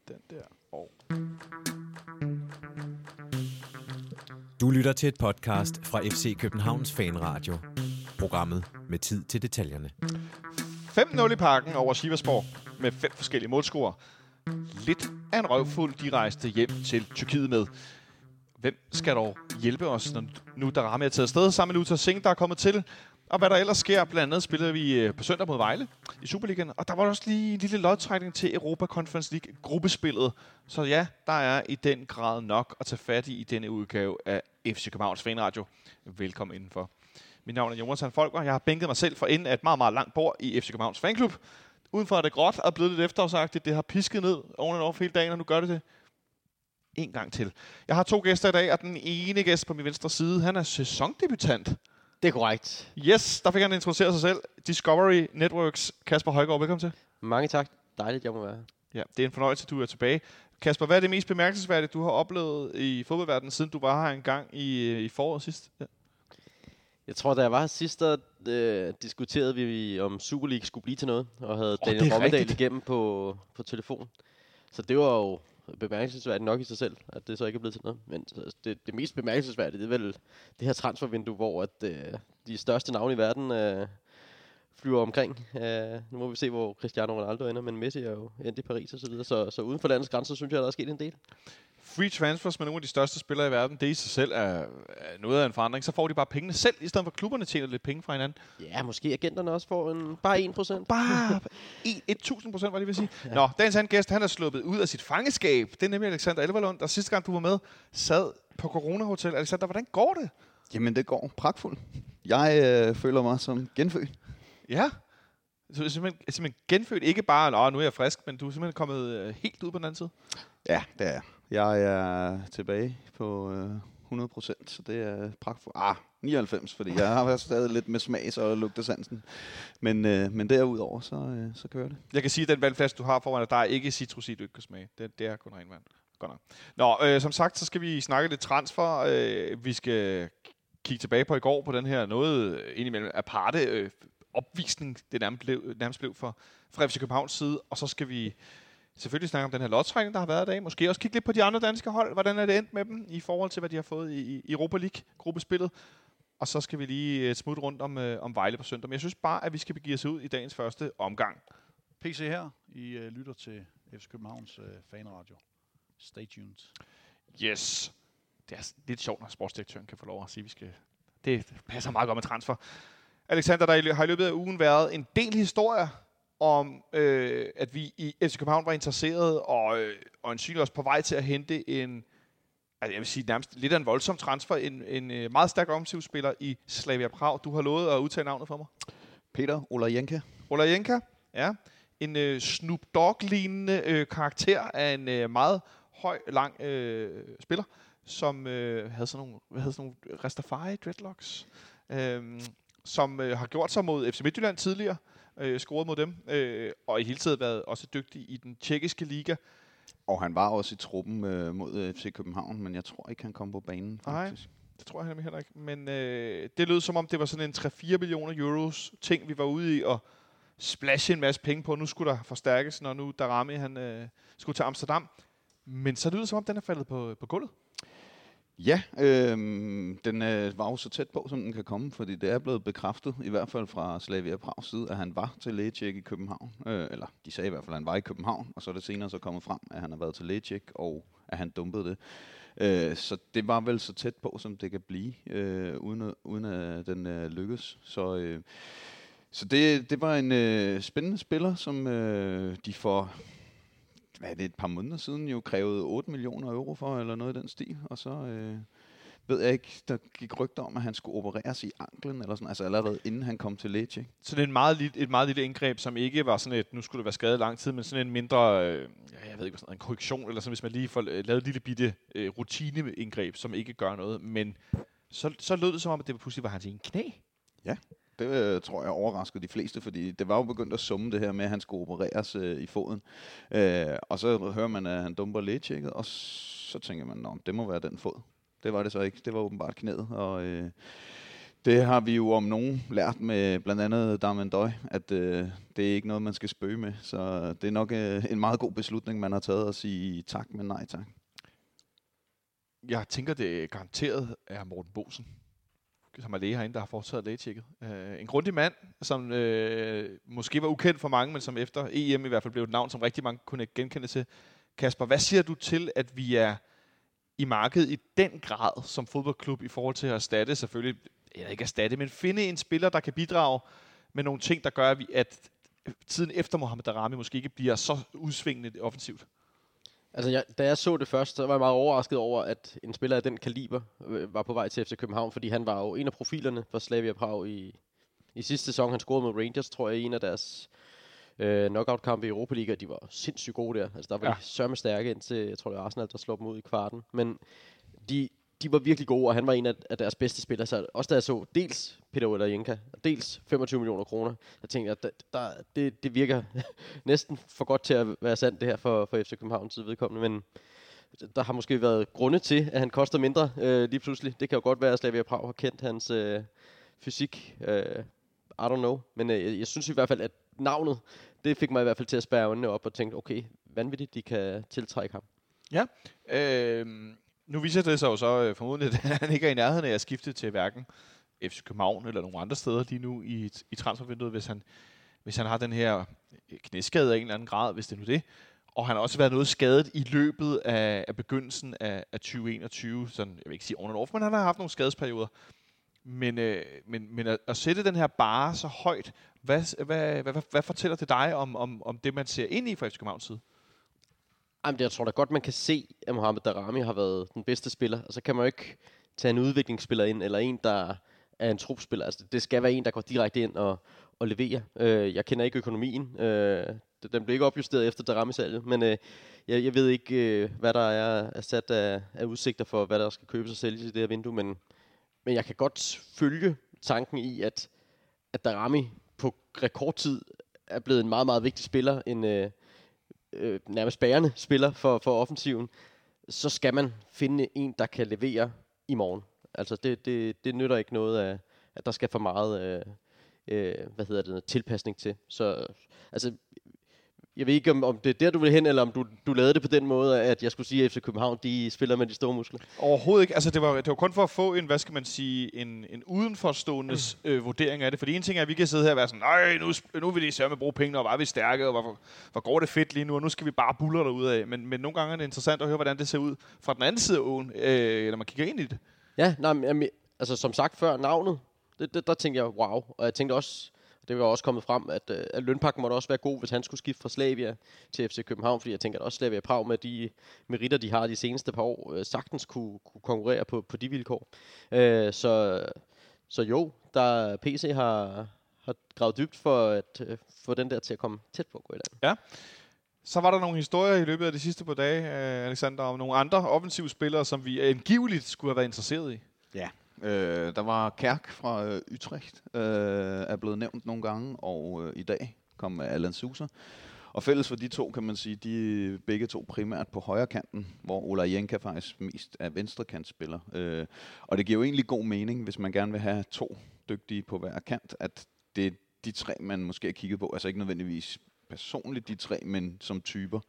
Den der. Og Du lytter til et podcast fra FC Københavns Fanradio. Programmet med tid til detaljerne. 5-0 i Parken over Sivasspor med 5 forskellige målscorer. Lidt af en røvfuld, de rejste hjem til Tyrkiet med. Hvem skal dog hjælpe os, når nu Darami er taget afsted sammen med Luther Singh, der er kommet til? Og hvad der ellers sker, blandt andet spiller vi på søndag mod Vejle i Superligaen. Og der var også lige en lille lodtrækning til Europa Conference League gruppespillet. Så ja, der er i den grad nok at tage fat i denne udgave af FC Københavns Fanradio. Velkommen indenfor. Mit navn er Jonathan Folker. Jeg har bænket mig selv for enden af et meget, meget langt bord i FC Københavns Fanklub. Udenfor er det gråt og blevet lidt efterårsagtigt. Det har pisket ned oven og over hele dagen, og nu gør det en gang til. Jeg har 2 gæster i dag, og den ene gæst på min venstre side, han er sæsondebutant. Det er korrekt. Yes, der fik han introduceret sig selv. Discovery Networks, Kasper Højgaard, velkommen til. Mange tak. Dejligt, jeg må være her. Ja, det er en fornøjelse, at du er tilbage. Kasper, hvad er det mest bemærkelsesværdige, du har oplevet i fodboldverdenen, siden du var her en gang i foråret sidst? Ja. Jeg tror, da jeg var her sidst, diskuterede vi, om Super League skulle blive til noget, og havde Daniel Rommedal igennem på telefon. Så det var jo bemærkelsesværdigt nok i sig selv, at det så ikke er blevet til noget. Men det mest bemærkelsesværdige, det er vel det her transfervindue, hvor at, de største navne i verden flyver omkring. Nu må vi se, hvor Cristiano Ronaldo ender, men Messi er jo endt i Paris og så videre. Så uden for landets grænser, synes jeg, der er sket en del. Free transfers med nogle af de største spillere i verden, det i sig selv er noget af en forandring. Så får de bare pengene selv, i stedet for klubberne tjener lidt penge fra hinanden. Ja, måske agenterne også får bare 1%. Bare 1000%, var det vil sige. Ja. Nå, dagens anden gæst, han er sluppet ud af sit fangeskab. Det er nemlig Alexander Elverlund, der sidste gang du var med, sad på Corona Hotel. Alexander, hvordan går det? Jamen, det går pragtfuldt. Jeg føler mig som genfødt. Ja, så er simpelthen genfødt. Ikke bare, nu er jeg frisk, men du er simpelthen kommet helt ud på den anden side. Ja, det er jeg. Er tilbage på 100%, så det er pragtfuldt. 99, fordi jeg har været stadig lidt med smags og lugtesansen. Men derudover, så kører det. Jeg kan sige, at den vandflaske, du har foran dig, der er ikke citrus i, du ikke kan smage. Det er kun ren vand. Godt nok. Nå, som sagt, så skal vi snakke lidt transfer. Vi skal kigge tilbage på i går på den her noget indimellem aparte opvisning, det nærmest blev fra FC Københavns side. Og så skal vi selvfølgelig snakke om den her lodtrækning, der har været i dag. Måske også kigge lidt på de andre danske hold. Hvordan er det endt med dem i forhold til, hvad de har fået i Europa League-gruppespillet. Og så skal vi lige smutte rundt om Vejle på søndag. Men jeg synes bare, at vi skal begive os ud i dagens første omgang. PC her. I lytter til FC Københavns Fanradio. Stay tuned. Yes. Det er lidt sjovt, når sportsdirektøren kan få lov at sige, det passer meget godt med transfer. Alexander, der har i løbet af ugen været en del historier om, at vi i FC København var interesseret og øjensynligt også på vej til at hente jeg vil sige nærmest lidt af en voldsom transfer, en meget stærk offensivspiller i Slavia Prag. Du har lovet at udtale navnet for mig. Peter Olajenka. Olajenka, ja. En Snoop Dogg-lignende karakter af en meget høj, lang spiller, som havde sådan nogle Rastafari dreadlocks, som har gjort sig mod FC Midtjylland tidligere, scoret mod dem, og i hele tiden været også dygtig i den tjekkiske liga. Og han var også i truppen mod FC København, men jeg tror ikke, han kom på banen, faktisk. Nej, det tror jeg heller ikke. Men det lød som om, det var sådan en 3-4 millioner euros ting, vi var ude i, og splashe en masse penge på. Nu skulle der forstærkes, når nu Darami han skulle til Amsterdam. Men så lyder det som om, den er faldet på gulvet. Ja, den var jo så tæt på, som den kan komme, fordi det er blevet bekræftet, i hvert fald fra Slavia Prags side, at han var til lægetjek i København. Eller de sagde i hvert fald, at han var i København, og så er det senere så kommet frem, at han har været til lægetjek, og at han dumpede det. Så det var vel så tæt på, som det kan blive, uden at den lykkes. Så det var en spændende spiller, som de får... Hvad er det, et par måneder siden jo krævede 8 millioner euro for, eller noget i den stil. Og så ved jeg ikke, der gik rygter om, at han skulle opereres i anklen, eller sådan, altså allerede inden han kom til lægetjek. Så det er et meget lille indgreb, som ikke var sådan et, nu skulle det være skadet lang tid, men sådan en mindre, jeg ved ikke, sådan en korrektion, eller sådan, hvis man lige får lavet et lille bitte rutineindgreb, som ikke gør noget. Men så lød det som om, at det pludselig var hans ene knæ. Ja. Det tror jeg overraskede de fleste, fordi det var jo begyndt at summe det her med, at han skulle opereres i foden. Og så hører man, at han dumper lægetjekket, og så tænker man, det må være den fod. Det var det så ikke. Det var åbenbart knæet, og Det har vi jo om nogen lært med blandt andet Darman Døj, at det er ikke noget, man skal spøge med. Så det er nok en meget god beslutning, man har taget at sige tak, men nej tak. Jeg tænker, det garanteret er Morten Bosen, som er læge herinde, der har foretaget lægetjekket. En grundig mand, som måske var ukendt for mange, men som efter EM i hvert fald blev et navn, som rigtig mange kunne genkende til. Kasper, hvad siger du til, at vi er i markedet i den grad som fodboldklub i forhold til at erstatte, selvfølgelig, ikke erstatte, men finde en spiller, der kan bidrage med nogle ting, der gør, at tiden efter Mohamed Daramy måske ikke bliver så udsvingende offensivt? Altså, da jeg så det først, så var jeg meget overrasket over, at en spiller af den kaliber var på vej til FC København, fordi han var jo en af profilerne for Slavia Prag i sidste sæson. Han scorede mod Rangers, tror jeg, i en af deres knockout-kampe i Europa League, og de var sindssygt gode der. Altså, der var de sørme stærke, indtil jeg tror, det var Arsenal, der slog dem ud i kvarten. Men de var virkelig gode, og han var en af deres bedste spillere. Så også da jeg så dels Peter Olayinka, og dels 25 millioner kroner, der tænkte jeg, at det virker næsten for godt til at være sandt, det her for FC Københavns vedkommende. Men der har måske været grunde til, at han koster mindre lige pludselig. Det kan jo godt være, at Slavia Prag har kendt hans fysik. I don't know. Men jeg synes i hvert fald, at navnet, det fik mig i hvert fald til at spærre øjnene op og tænke, okay, vanvittigt, de kan tiltrække ham. Ja, nu viser det sig jo så formodentlig, at han ikke er i nærheden af at skifte til hverken FC København eller nogle andre steder lige nu i transfervinduet, hvis han har den her knæskade af en eller anden grad, hvis det er nu det. Og han har også været noget skadet i løbet af begyndelsen af 2021, sådan, jeg vil ikke sige on and off, men han har haft nogle skadesperioder. Men at sætte den her barre så højt, hvad fortæller det dig om det, man ser ind i fra FC Københavns side? Jamen, jeg tror da godt, man kan se, at Mohamed Daramy har været den bedste spiller. Og så kan man jo ikke tage en udviklingsspiller ind, eller en, der er en trupspiller. Altså, det skal være en, der går direkte ind og leverer. Jeg kender ikke økonomien. Den blev ikke opjusteret efter Daramy-salget, men jeg ved ikke, hvad der er sat af udsigter for, hvad der skal købes og sælges i det her vindue. Men jeg kan godt følge tanken i, at Daramy på rekordtid er blevet en meget, meget vigtig spiller, en nærmest bærende spiller for offensiven. Så skal man finde en, der kan levere i morgen. Altså det nytter ikke noget af, at der skal for meget tilpasning til. Så altså, jeg ved ikke, om det er der, du vil hen, eller om du lavede det på den måde, at jeg skulle sige, at FC København, de spiller med de store muskler. Overhovedet ikke. Altså, det var kun for at få en, hvad skal man sige, en udenforståendes vurdering af det. Fordi en ting er, at vi kan sidde her og være sådan, nej, nu vil de sørge med at bruge penge, og var vi stærke, og hvor går det fedt lige nu, og nu skal vi bare buller derud af. Men nogle gange er det interessant at høre, hvordan det ser ud fra den anden side af åen, når man kigger ind i det. Ja, altså som sagt før, navnet, der tænkte jeg, wow. Og jeg tænkte også, det var også kommet frem, at lønpakken måtte også være god, hvis han skulle skifte fra Slavia til FC København, fordi jeg tænker, at også Slavia Prag med de meritter, de har de seneste par år, sagtens kunne konkurrere på de vilkår. Så jo, der PC har gravet dybt for at få den der til at komme tæt på at gå i land. Ja. Så var der nogle historier i løbet af de sidste par dage, Alexander, om nogle andre offensive spillere, som vi angiveligt skulle have været interesseret i. Ja. Der var Kærk fra Utrecht, er blevet nævnt nogle gange, og i dag kom Alan Sousa. Og fælles for de to, kan man sige, de er begge to primært på højre kanten, hvor Olayinka faktisk mest er venstrekantspiller. Og det giver jo egentlig god mening, hvis man gerne vil have to dygtige på hver kant, at det er de tre, man måske har kigget på. Altså ikke nødvendigvis personligt de tre, men som typer.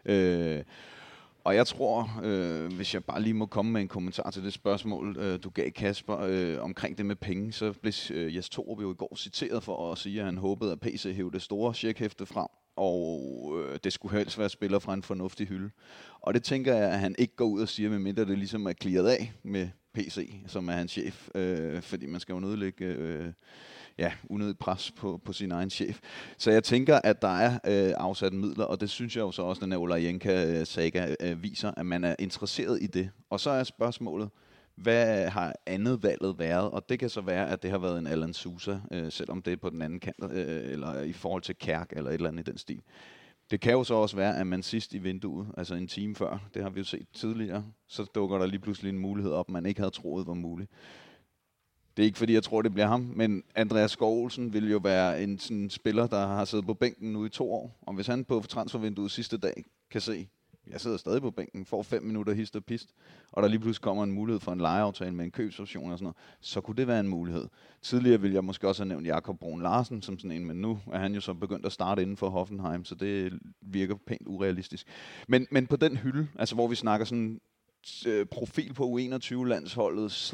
Og jeg tror, hvis jeg bare lige må komme med en kommentar til det spørgsmål, du gav Kasper omkring det med penge, så blev Jes Torup jo i går citeret for at sige, at han håbede, at PC hævde det store checkhæfte frem, og det skulle helst være spiller fra en fornuftig hylde. Og det tænker jeg, at han ikke går ud og siger, medmindre det ligesom er clearet af med PC, som er hans chef, fordi man skal jo nødlægge unødigt pres på sin egen chef. Så jeg tænker, at der er afsat midler, og det synes jeg jo så også, den her Olayinka-saga viser, at man er interesseret i det. Og så er spørgsmålet, hvad har andet valget været? Og det kan så være, at det har været en Alan Sousa, selvom det er på den anden kant, eller i forhold til Kærk, eller et eller andet i den stil. Det kan jo så også være, at man sidst i vinduet, altså en time før, det har vi jo set tidligere, så dukker der lige pludselig en mulighed op, man ikke havde troet var mulig. Det er ikke fordi, jeg tror, det bliver ham, men Andreas Skov Olsen vil jo være en sådan spiller, der har siddet på bænken nu i 2 år. Og hvis han på transfervinduet sidste dag kan se, jeg sidder stadig på bænken, får 5 minutter hist og pist, og der lige pludselig kommer en mulighed for en lejeaftale med en købsoption og sådan noget, så kunne det være en mulighed. Tidligere ville jeg måske også have nævnt Jakob Brun Larsen som sådan en, men nu er han jo så begyndt at starte inden for Hoffenheim, så det virker pænt urealistisk. Men på den hylde, altså hvor vi snakker sådan profil på U21-landsholdet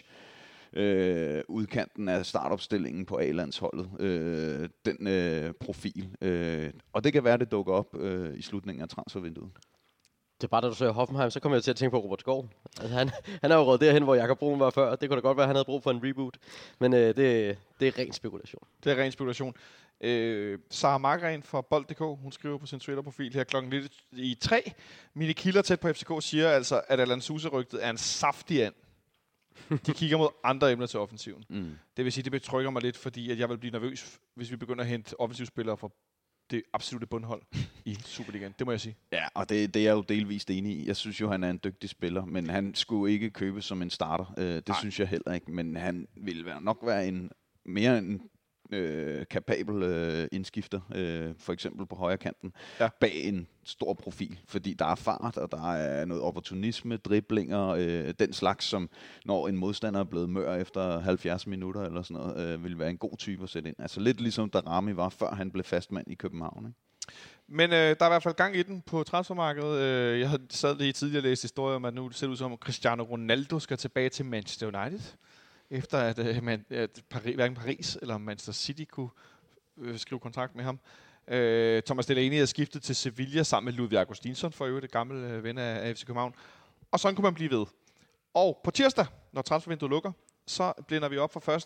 / udkanten af startopstillingen på A-landsholdet, den profil. Og det kan være, det dukker op i slutningen af transfervinduet. Det er bare, da du siger Hoffenheim, så kommer jeg til at tænke på Robert Skov. Altså, han er jo råd derhen, hvor Jakob Brun var før. Det kunne da godt være, at han havde brug for en reboot. Men det er ren spekulation. Det er ren spekulation. Sara Margren fra Bold.dk, hun skriver på sin Twitter-profil her klokken lidt i 3. Mine kilder tæt på FCK siger altså, at Alan Sousa-rygtet er en saftig and. De kigger mod andre emner til offensiven. Det vil sige, det betrykker mig lidt, fordi at jeg vil blive nervøs, hvis vi begynder at hente offensivspillere fra det absolutte bundhold i Superligaen. Det må jeg sige. Ja, og det er jeg jo delvist enig i. Jeg synes jo, han er en dygtig spiller, men han skulle ikke købes som en starter. Det synes jeg heller ikke, men han ville nok være en mere en kapabel indskifter, for eksempel på højre kanten, bag en stor profil, fordi der er fart, og der er noget opportunisme, driblinger, den slags, som når en modstander er blevet mør efter 70 minutter eller sådan noget, vil være en god type at sætte ind. Altså lidt ligesom Darami var, før han blev fastmand i København, ikke? Men der er i hvert fald gang i den på transfermarkedet. Jeg havde sad lige tidligere læst historier om, at nu ser det ud som, at Cristiano Ronaldo skal tilbage til Manchester United, efter at hverken Paris eller Manchester City kunne skrive kontrakt med ham. Thomas Delaney er skiftet til Sevilla sammen med Ludvig Augustinsson, for øvrigt, det gamle ven af FC København. Og sådan kunne man blive ved. Og på tirsdag, når transfervinduet lukker, så blænder vi op for først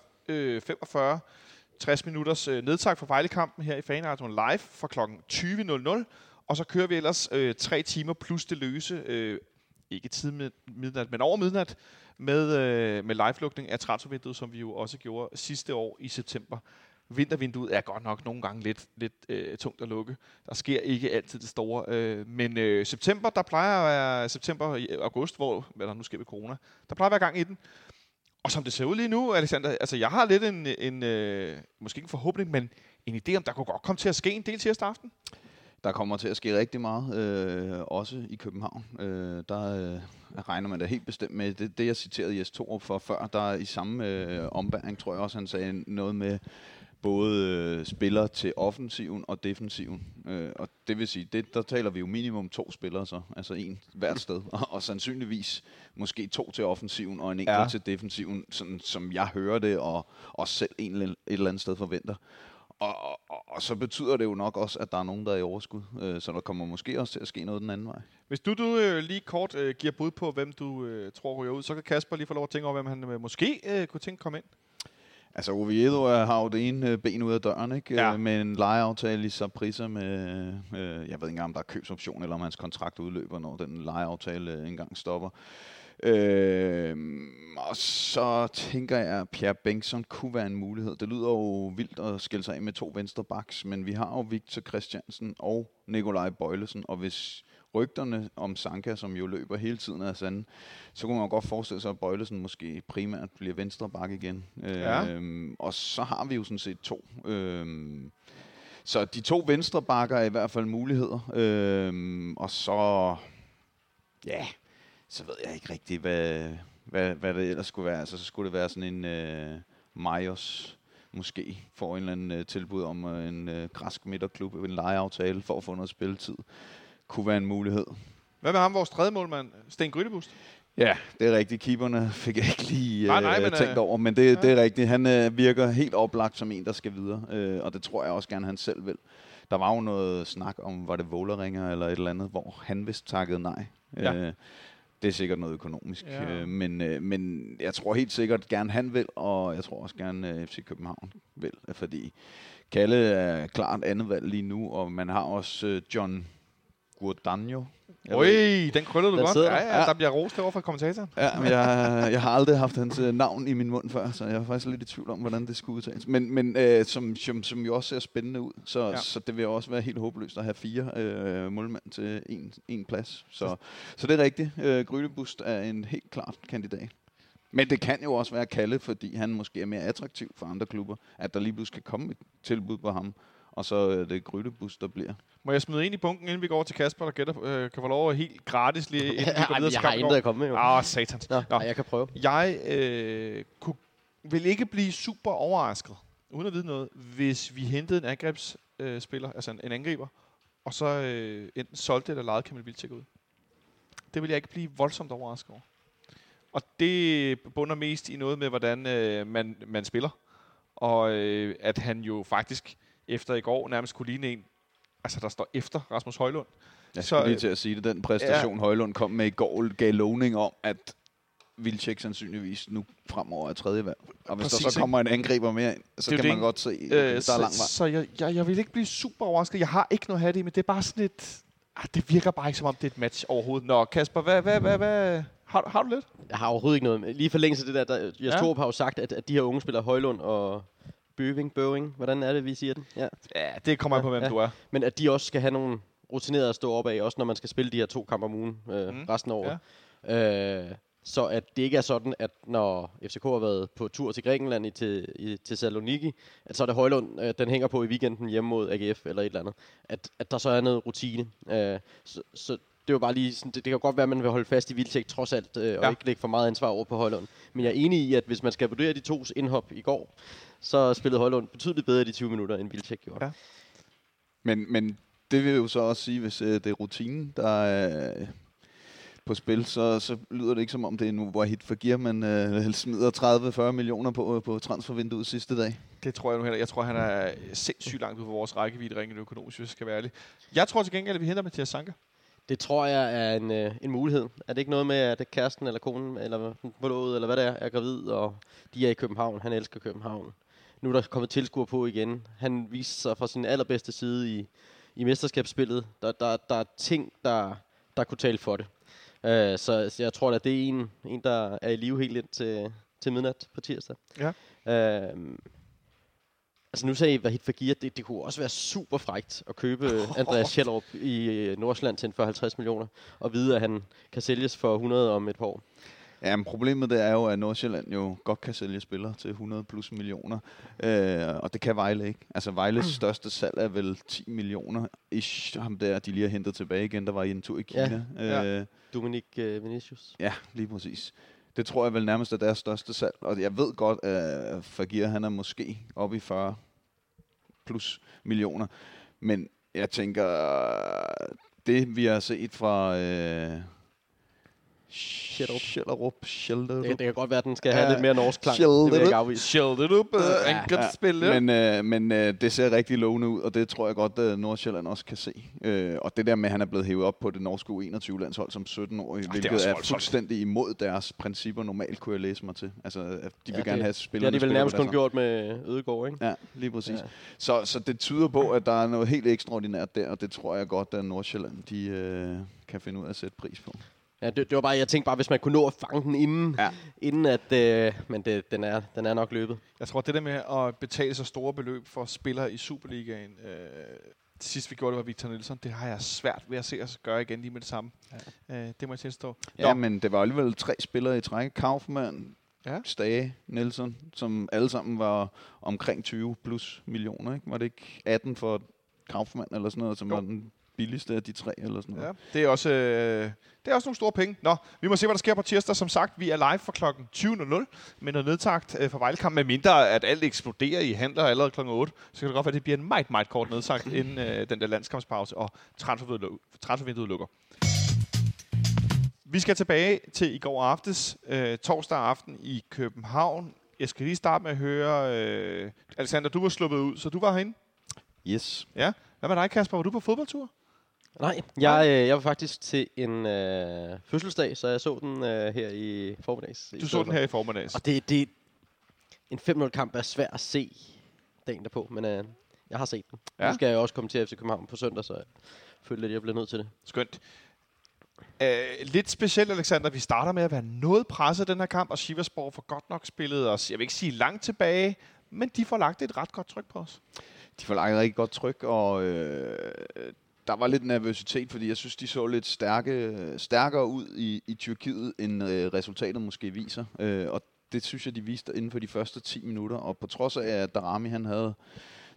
60 minutters nedtag for Vejle-kampen her i Fanradioen live fra kl. 20.00. Og så kører vi ellers 3 timer plus det løse, ikke tid med midnat, men over midnat, med live-lukning af transfervinduet, som vi jo også gjorde sidste år i september. Vintervinduet er godt nok nogle gange lidt tungt at lukke. Der sker ikke altid det store. Men september, der plejer at være september-august, hvor hvad der nu sker ved corona, der plejer at være gang i den. Og som det ser ud lige nu, Alexander, altså jeg har lidt en måske ikke en forhåbning, men en idé om, der kunne godt komme til at ske en del tirsdag aften. Der kommer til at ske rigtig meget, også i København. Der regner man da helt bestemt med. Det jeg citerede Jes Torup for før, der i samme ombæring, tror jeg også, han sagde noget med både spillere til offensiven og defensiven. Og det vil sige, der taler vi jo minimum 2 spillere så, altså en hvert sted. Og sandsynligvis måske 2 til offensiven og en enkelt til defensiven, sådan som jeg hører det, og også selv et eller andet sted forventer. Og så betyder det jo nok også, at der er nogen, der er i overskud. Så der kommer måske også til at ske noget den anden vej. Hvis du lige kort giver bud på, hvem du tror ryger ud, så kan Kasper lige få lov at tænke over, hvem han måske kunne tænke komme ind. Altså Oviedo har jo det ene ben ud af døren, ikke? Ja. Med en lejeaftale i Saprissa med, jeg ved ikke engang, om der er købsoption, eller om hans kontrakt udløber, når den lejeaftale engang stopper. Og så tænker jeg, at Pierre Bengtsson kunne være en mulighed. Det lyder jo vildt at skille sig af med 2 venstre backs, men vi har jo Victor Christiansen og Nikolaj Bøjlesen, og hvis rygterne om Sanka, som jo løber hele tiden af sande, så kunne man godt forestille sig, at Bøjlesen måske primært bliver venstre back igen. Og så har vi jo sådan set 2. Så de 2 venstre backer er i hvert fald muligheder. Og så så ved jeg ikke rigtigt, hvad det ellers skulle være. Altså, så skulle det være sådan en Majos måske får en eller anden tilbud om en græsk midterklub, en lejeaftale for at få noget spilletid. Kunne være en mulighed. Hvad med ham, vores tredje målmand, Sten Grydebust? Ja, det er rigtigt. Keeperne fik jeg ikke lige tænkt over, men det er rigtigt. Han virker helt oplagt som en, der skal videre, og det tror jeg også gerne, han selv vil. Der var jo noget snak om, var det Vålerenga eller et eller andet, hvor han vist takkede nej. Ja. Det er sikkert noget økonomisk, men jeg tror helt sikkert gerne han vil, og jeg tror også gerne FC København vil, fordi Kalle er klart andet valg lige nu, og man har også John Guadagno. Den krøllede du godt. Ja, der bliver rost herovre fra kommentatoren. Ja, men jeg har aldrig haft hans navn i min mund før, så jeg er faktisk lidt i tvivl om, hvordan det skulle udtales. Men som jo også ser spændende ud, så det vil også være helt håbløst at have 4 målmænd til en plads. Så det er rigtigt. Grydebust er en helt klart kandidat. Men det kan jo også være Kalle, fordi han måske er mere attraktiv for andre klubber, at der lige pludselig skal komme et tilbud på ham, og så det Grydebus, der bliver. Må jeg smide ind i bunken, inden vi går over til Kasper, der gætter, kan få lov at helt gratis lige inden vi går videre til jeg har intet at komme med, jo. Satans. Nå, jeg kan prøve. Jeg vil ikke blive super overrasket, uden at vide noget, hvis vi hentede en angrebsspiller, altså en angriber, og så enten solgte eller lejede Kamil Vilcek ud. Det vil jeg ikke blive voldsomt overrasket over. Og det bunder mest i noget med, hvordan man spiller. Og at han jo faktisk efter i går nærmest kunne ligne en, altså der står efter Rasmus Højlund. Jeg skulle lige til at sige det. Den præstation, Højlund kom med i går, gav lovning om, at Vilcek sandsynligvis nu fremover er tredje valg. Og hvis der så kommer en angriber mere ind, så kan man godt se, der er lang vej. Så jeg vil ikke blive super overrasket. Jeg har ikke noget at have det, men det er bare sådan et... det virker bare ikke, som om det er et match overhovedet. Nå, Kasper, hvad har du lidt? Jeg har overhovedet ikke noget. Lige forlængelse af det der Jes Torup har jo sagt, at de her unge spillere Højlund og Bøving, hvordan er det, vi siger den? Ja, det kommer an på, hvem du er. Men at de også skal have nogle rutinerede at stå op af, også når man skal spille de her 2 kampe om ugen resten af året. Ja. Så at det ikke er sådan, at når FCK har været på tur til Grækenland til Thessaloniki, at så er det Højlund, den hænger på i weekenden hjemme mod AGF eller et eller andet. At der så er noget rutine. Så det var bare lige sådan, det kan godt være, at man vil holde fast i Vilcek trods alt, og ikke lægge for meget ansvar over på Højlund. Men jeg er enig i, at hvis man skal vurdere de tos indhop i går, så spillede Højlund betydeligt bedre i de 20 minutter, end Vilcek gjorde. Ja. Men det vil jo så også sige, hvis det er rutinen, der er på spil, så lyder det ikke som om det er nu, hvor Hit Fagir, man smider 30-40 millioner på transfervinduet sidste dag. Det tror jeg nu heller. Jeg tror, han er sindssygt langt ude på vores rækkevidde rent økonomisk, hvis jeg skal være ærlig. Jeg tror til gengæld, at vi henter Mathias Sanka. Det tror jeg er en mulighed. Er det ikke noget med, at kæresten eller konen, eller forlovet, eller hvad det er gravid, og de er i København. Han elsker København. Nu er der kommet tilskuere på igen. Han viser sig fra sin allerbedste side i mesterskabsspillet. Der er ting, der kunne tale for det. Så jeg tror, at det er en, der er i live helt ind til midnat på tirsdag. Ja. Altså nu sagde I, Vahid Fagir, det kunne også være super frækt at købe Andreas Schellerup i Nordsjælland til for 50 millioner, og vide, at han kan sælges for 100 om et par år. Ja, men problemet det er jo, at Nordsjælland jo godt kan sælge spillere til 100 plus millioner, og det kan Vejle ikke. Altså Vejles største salg er vel 10 millioner. Ham der, de lige har hentet tilbage igen, der var i en tur i Kina. Ja. Dominic Vinicius. Ja, lige præcis. Det tror jeg vel nærmest er deres største salg, og jeg ved godt, at Fagir, han er måske oppe i 40 plus millioner, men jeg tænker, det vi har set fra Schellerup. Det kan godt være, at den skal have lidt mere norsk klang. Det vil jeg ikke afvise. Schellerup, enkelt spil. Men det ser rigtig lovende ud, og det tror jeg godt, at Nordsjælland også kan se. Og det der med, at han er blevet hævet op på det norske U21-landshold som 17-årig, hvilket er fuldstændig imod deres principper normalt, kunne jeg læse mig til. Altså, at de vil gerne have spillerne. Det har de vel nærmest kun gjort med Ødegaard, ikke? Ja, lige præcis. Ja. Så det tyder på, at der er noget helt ekstraordinært der, og det tror jeg godt, at Nordsjælland de kan finde ud af at sætte pris på. Ja, det var bare, jeg tænkte bare, hvis man kunne nå at fange den inden at, men den er nok løbet. Jeg tror, det der med at betale så store beløb for spillere i Superligaen, sidst vi gjorde det var Victor Nielsen, det har jeg svært ved at se os gøre igen lige med det samme. Ja. Det må jeg tilstå. Ja, men det var alligevel 3 spillere i træk. Kaufmann, Stage, Nielsen, som alle sammen var omkring 20 plus millioner, ikke? Var det ikke 18 for Kaufmann eller sådan noget, som var den billigste af de 3 eller sådan noget? Ja, det er også nogle store penge. Nå, vi må se, hvad der sker på tirsdag. Som sagt, vi er live fra klokken 20.00 med noget nedtagt fra Vejlekamp, med mindre at alt eksploderer i handler allerede klokken 8. Så kan det godt være, at det bliver en meget, meget kort nedtagt inden den der landskampspause og transfervinduet lukker. Vi skal tilbage til i går aftes, torsdag aften i København. Jeg skal lige starte med at høre, Alexander, du var sluppet ud, så du var herinde? Yes. Ja. Hvad med dig, Kasper? Var du på fodboldtur? Nej, jeg var faktisk til en fødselsdag, så jeg så den her i formiddags. Du så den her i formiddags. Og det en 5-0-kamp er svær at se dagen derpå, men jeg har set den. Ja. Nu skal jeg også komme til FC København på søndag, så jeg føler lidt, at jeg bliver nødt til det. Skønt. Lidt specielt, Alexander. Vi starter med at være noget presset den her kamp, og Sivasspor får godt nok spillet os, jeg vil ikke sige langt tilbage, men de får lagt et ret godt tryk på os. De får lagt et rigtig godt tryk, og der var lidt nervøsitet, fordi jeg synes, de så lidt stærkere ud i Tyrkiet, end resultatet måske viser. Og det synes jeg, de viste inden for de første 10 minutter. Og på trods af, at Darami han havde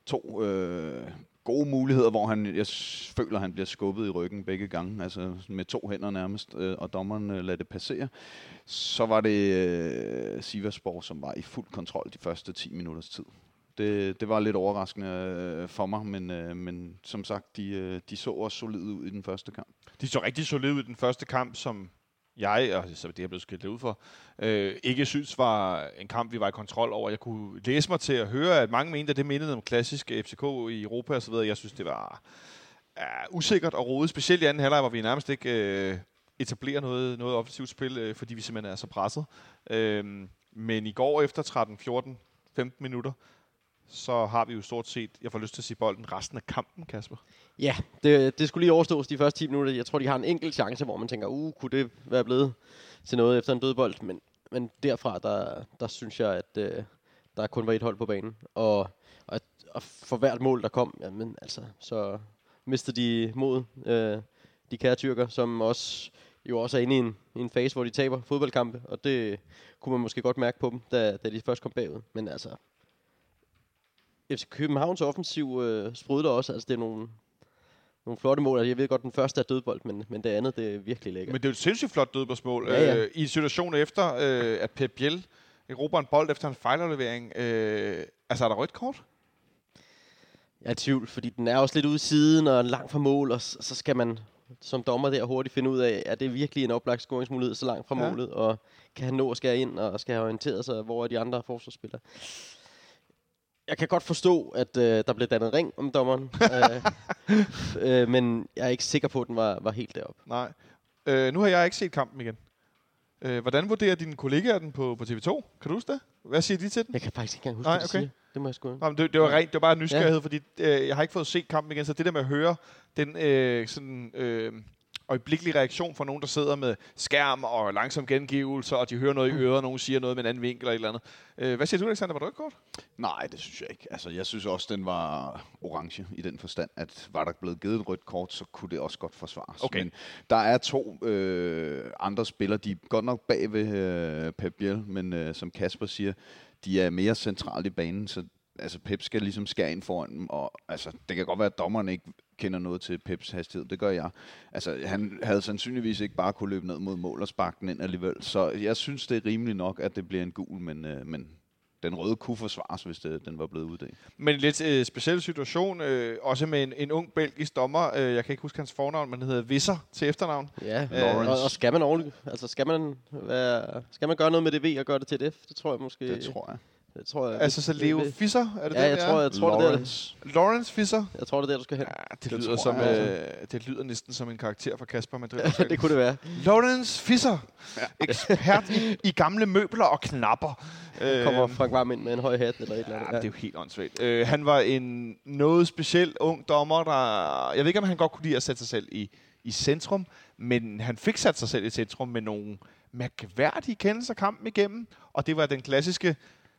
to gode muligheder, hvor jeg føler, han bliver skubbet i ryggen begge gange, altså med 2 hænder nærmest, og dommeren lader det passere. Så var det Sivasspor, som var i fuld kontrol de første 10 minutters tid. Det var lidt overraskende for mig, men som sagt, de så også solide ud i den første kamp. De så rigtig solide ud i den første kamp, som jeg, og så det er blevet skilt ud for, ikke synes var en kamp, vi var i kontrol over. Jeg kunne læse mig til at høre, at mange mente, at det mindede om klassisk FCK i Europa og så videre. Jeg synes, det var usikkert og rodet, specielt i anden halvleg, hvor vi nærmest ikke etablerer noget offensivt spil, fordi vi simpelthen er så presset. Men i går efter 13, 14, 15 minutter, så har vi jo stort set, jeg får lyst til at sige bolden, resten af kampen, Kasper. Ja, det skulle lige overstås de første 10 minutter. Jeg tror, de har en enkelt chance, hvor man tænker, kunne det være blevet til noget efter en dødbold? Men derfra, der synes jeg, at der kun var et hold på banen. Og for hvert mål, der kom, jamen, altså, så mistede de mod de kære tyrker, som også er inde i en fase, hvor de taber fodboldkampe. Og det kunne man måske godt mærke på dem, da de først kom bagud. Men altså, FC Københavns offensiv sprudler også. Altså, det er nogle flotte mål. Jeg ved godt, den første er dødbold, men det andet, det er virkelig lækkert. Men det er jo et sindssygt flot dødboldsmål. Ja. I situationen efter, at Pep Biel erobrer en bold efter en fejlaflevering. Altså, er der rødt kort? Jeg er i tvivl, fordi den er også lidt ude i siden og langt fra mål, og så skal man som dommer der hurtigt finde ud af, at det virkelig en oplagt scoringsmulighed så langt fra målet, og kan han nå at skære ind, og skal have orienteret sig, hvor er de andre forsvarsspillere. Jeg kan godt forstå, at der blev dannet ring om dommeren, men jeg er ikke sikker på, at den var helt deroppe. Nej. Nu har jeg ikke set kampen igen. Hvordan vurderer dine kollegaer den på TV2? Kan du huske det? Hvad siger de til den? Jeg kan faktisk ikke engang huske, hvad de siger. Det må jeg sgu. Det var rent, det var bare en nysgerrighed, fordi jeg har ikke fået set kampen igen, så det der med at høre den øjeblikkelig reaktion fra nogen, der sidder med skærm og langsom gengivelse, og de hører noget i øret, og nogen siger noget med en anden vinkel eller et eller andet. Hvad siger du, Alexander? Var det kort? Nej, det synes jeg ikke. Altså, jeg synes også, den var orange i den forstand, at var der blevet givet et rødt kort, så kunne det også godt forsvares. Okay. Men der er 2 andre spillere, de er godt nok bag ved Pep Biel, men som Kasper siger, de er mere centralt i banen, så altså Pep skal ligesom skære ind foran dem, og altså, det kan godt være, at dommeren ikke kender noget til Peps hastighed. Det gør jeg. Altså, han havde sandsynligvis ikke bare kunne løbe ned mod mål og sparke den ind alligevel. Så jeg synes, det er rimeligt nok, at det bliver en gul, men den røde kunne forsvares, hvis den var blevet uddelt. Men en lidt speciel situation, også med en ung belgisk dommer. Jeg kan ikke huske hans fornavn, men han hedder Visser til efternavn. Ja, og skal man ordentligt? Altså, skal man gøre noget med det V og gøre det til et F? Det tror jeg måske. Det tror jeg. Altså, så Leo Fischer, er det ja, jeg tror Lawrence. det er Lawrence Fischer? Jeg tror, det er der, du skal hen. Ja, det lyder næsten som en karakter fra Kasper Madrid. Det kunne det være. Lawrence Fischer, ekspert i gamle møbler og knapper. Kommer Frank Varm ind med en høj hat eller et eller andet. Ja, det er jo helt åndssvagt. Han var en noget speciel ung dommer, der... Jeg ved ikke, om han godt kunne lide at sætte sig selv i centrum, men han fik sat sig selv i centrum med nogle mærkværdige kendelser kampen igennem, og det var den klassiske...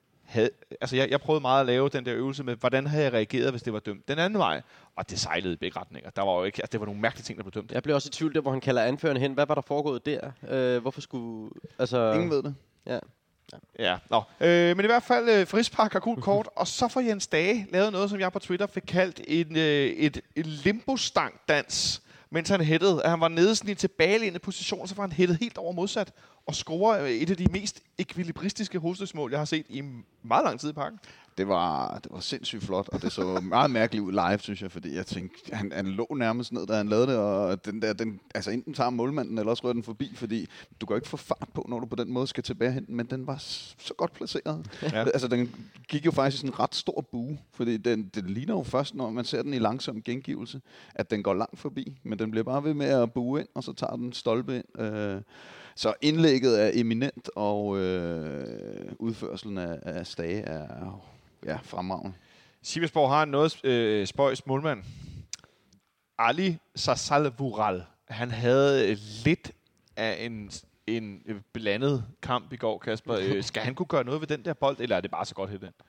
Jeg prøvede meget at lave den der øvelse med, hvordan havde jeg reageret, hvis det var dømt den anden vej. Og det sejlede i begge retninger. Der var jo ikke, det var nogle mærkelige ting, der blev dømt. Jeg blev også i tvivl der, hvor han kalder anførende hen. Hvad var der foregået der? Hvorfor skulle... Altså... Ingen ved det. Ja. Nå. Men i hvert fald frispark og gult kort. Og så får Jens Dage lavet noget, som jeg på Twitter fik kaldt et limbo-stang-dans, mens han hættede. At han var nede sådan i en tilbagelænet position, så var han hættet helt over modsat og scorer et af de mest ekvilibristiske hovedstødsmål, jeg har set i meget lang tid i parken. Det var sindssygt flot, og det så meget mærkeligt ud live, synes jeg, fordi jeg tænkte, han lå nærmest ned, da han lavede det, og altså enten tager målmanden, eller også rører den forbi, fordi du kan ikke få fart på, når du på den måde skal tilbage hen, men den var så godt placeret. Ja. Altså, den gik jo faktisk i sådan en ret stor bue, fordi den ligner jo først, når man ser den i langsom gengivelse, at den går langt forbi, men den bliver bare ved med at bue ind, og så tager den stolpe ind. Så indlægget er eminent, og udførselen af Stage er fremragende. Sivasspor har en noget spøjs målmand. Ali Sassalvural. Han havde lidt af en blandet kamp i går, Kasper. Skal han kunne gøre noget ved den der bold, eller er det bare så godt den?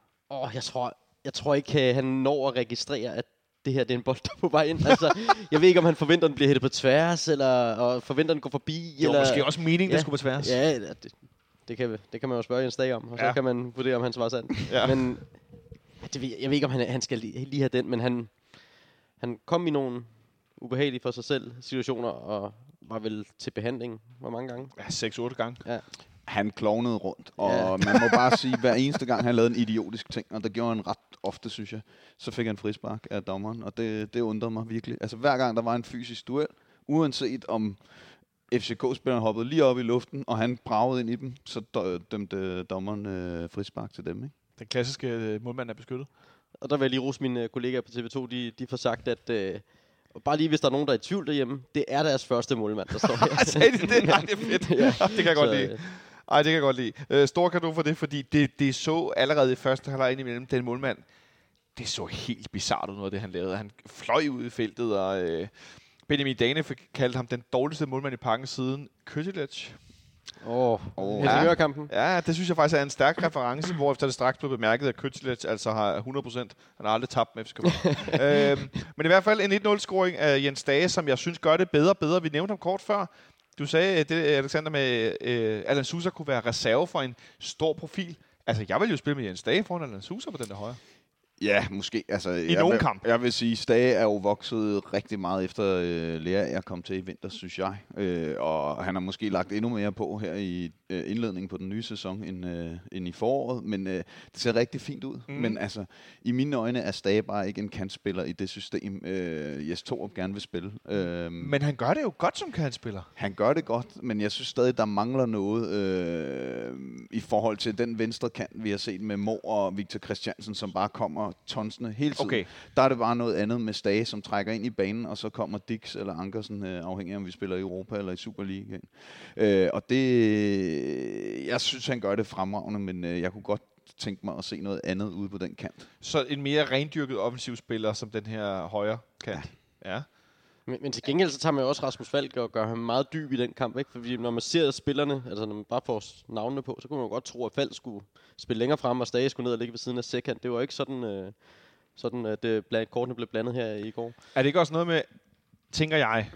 Jeg tror ikke, han når at registrere, at det her det er en bold, der er på vej ind. Altså, jeg ved ikke, om han forventer, den bliver hættet på tværs, eller forventer, den går forbi. Det var eller måske også meningen, det skulle på tværs. Ja, det kan man jo spørge Jens Dage om, og så kan man vurdere, om han svarer sandt. Ja. Men Jeg ved ikke, om han skal lige have den, men han kom i nogle ubehagelige for sig selv situationer, og var vel til behandling hvor mange gange? Ja, 6-8 gange. Ja. Han klovnede rundt, og man må bare sige, hver eneste gang han lavede en idiotisk ting, og det gjorde han ret ofte, synes jeg, så fik han frispark af dommeren, og det undrede mig virkelig. Altså hver gang der var en fysisk duel, uanset om FCK-spilleren hoppede lige op i luften, og han bragede ind i dem, så dømte dommeren frispark til dem, ikke? Den klassiske målmand er beskyttet. Og der vil jeg lige rose mine kollegaer på TV2, de får sagt, at bare lige hvis der er nogen, der er i tvivl derhjemme, det er deres første målmand, der står her. Sagde de det? Nej, det er fedt. Ja. Det kan jeg godt lide. Ej, det kan jeg godt lide. Stor cadeau for det, fordi det så allerede i første halvleg ind imellem den målmand. Det så helt bizarrt ud, noget af det, han lavede. Han fløj ud i feltet, og Benjamin Dane kaldte ham den dårligste målmand i pakken siden Køttilec. Helsingør-kampen. Ja, det synes jeg faktisk er en stærk reference, hvor efter det straks blev bemærket, at Køttilec altså har 100%. Han har aldrig tabt med FCK. Men i hvert fald en 1-0-scoring af Jens Dage, som jeg synes gør det bedre og bedre. Vi nævnte ham kort før. Du sagde, det, Alexander, med Alan Sousa kunne være reserve for en stor profil. Altså, jeg vil jo spille med Jens Dage foran Alan Sousa på den der højre. Ja, måske. Altså, nogle kamp. Jeg vil sige, Stage er jo vokset rigtig meget efter Lea er kommet til i vinter, synes jeg. Og han har måske lagt endnu mere på her i indledningen på den nye sæson end i foråret. Men det ser rigtig fint ud. Men altså, i mine øjne er Stage bare ikke en kantspiller i det system, Jes Torup gerne vil spille. Men han gør det jo godt som kantspiller. Han gør det godt, men jeg synes stadig, der mangler noget i forhold til den venstre kant, vi har set med Mo og Victor Christiansen, som bare kommer tonsende hele tiden. Okay. Der er det bare noget andet med Stage, som trækker ind i banen, og så kommer Dix eller Ankersen, afhængig af om vi spiller i Europa eller i Superligaen. Og det, jeg synes, han gør det fremragende, men jeg kunne godt tænke mig at se noget andet ude på den kant. Så en mere rendyrket offensiv spiller, som den her højre kant. Ja. Men til gengæld så tager man jo også Rasmus Falk og gør ham meget dyb i den kamp, ikke? Fordi når man ser spillerne, altså når man bare får navnene på, så kunne man jo godt tro, at Falk skulle spille længere frem, og Stage skulle ned og ligge ved siden af Sækant. Det var ikke sådan at kortene blev blandet her i går. Er det ikke også noget med, tænker jeg,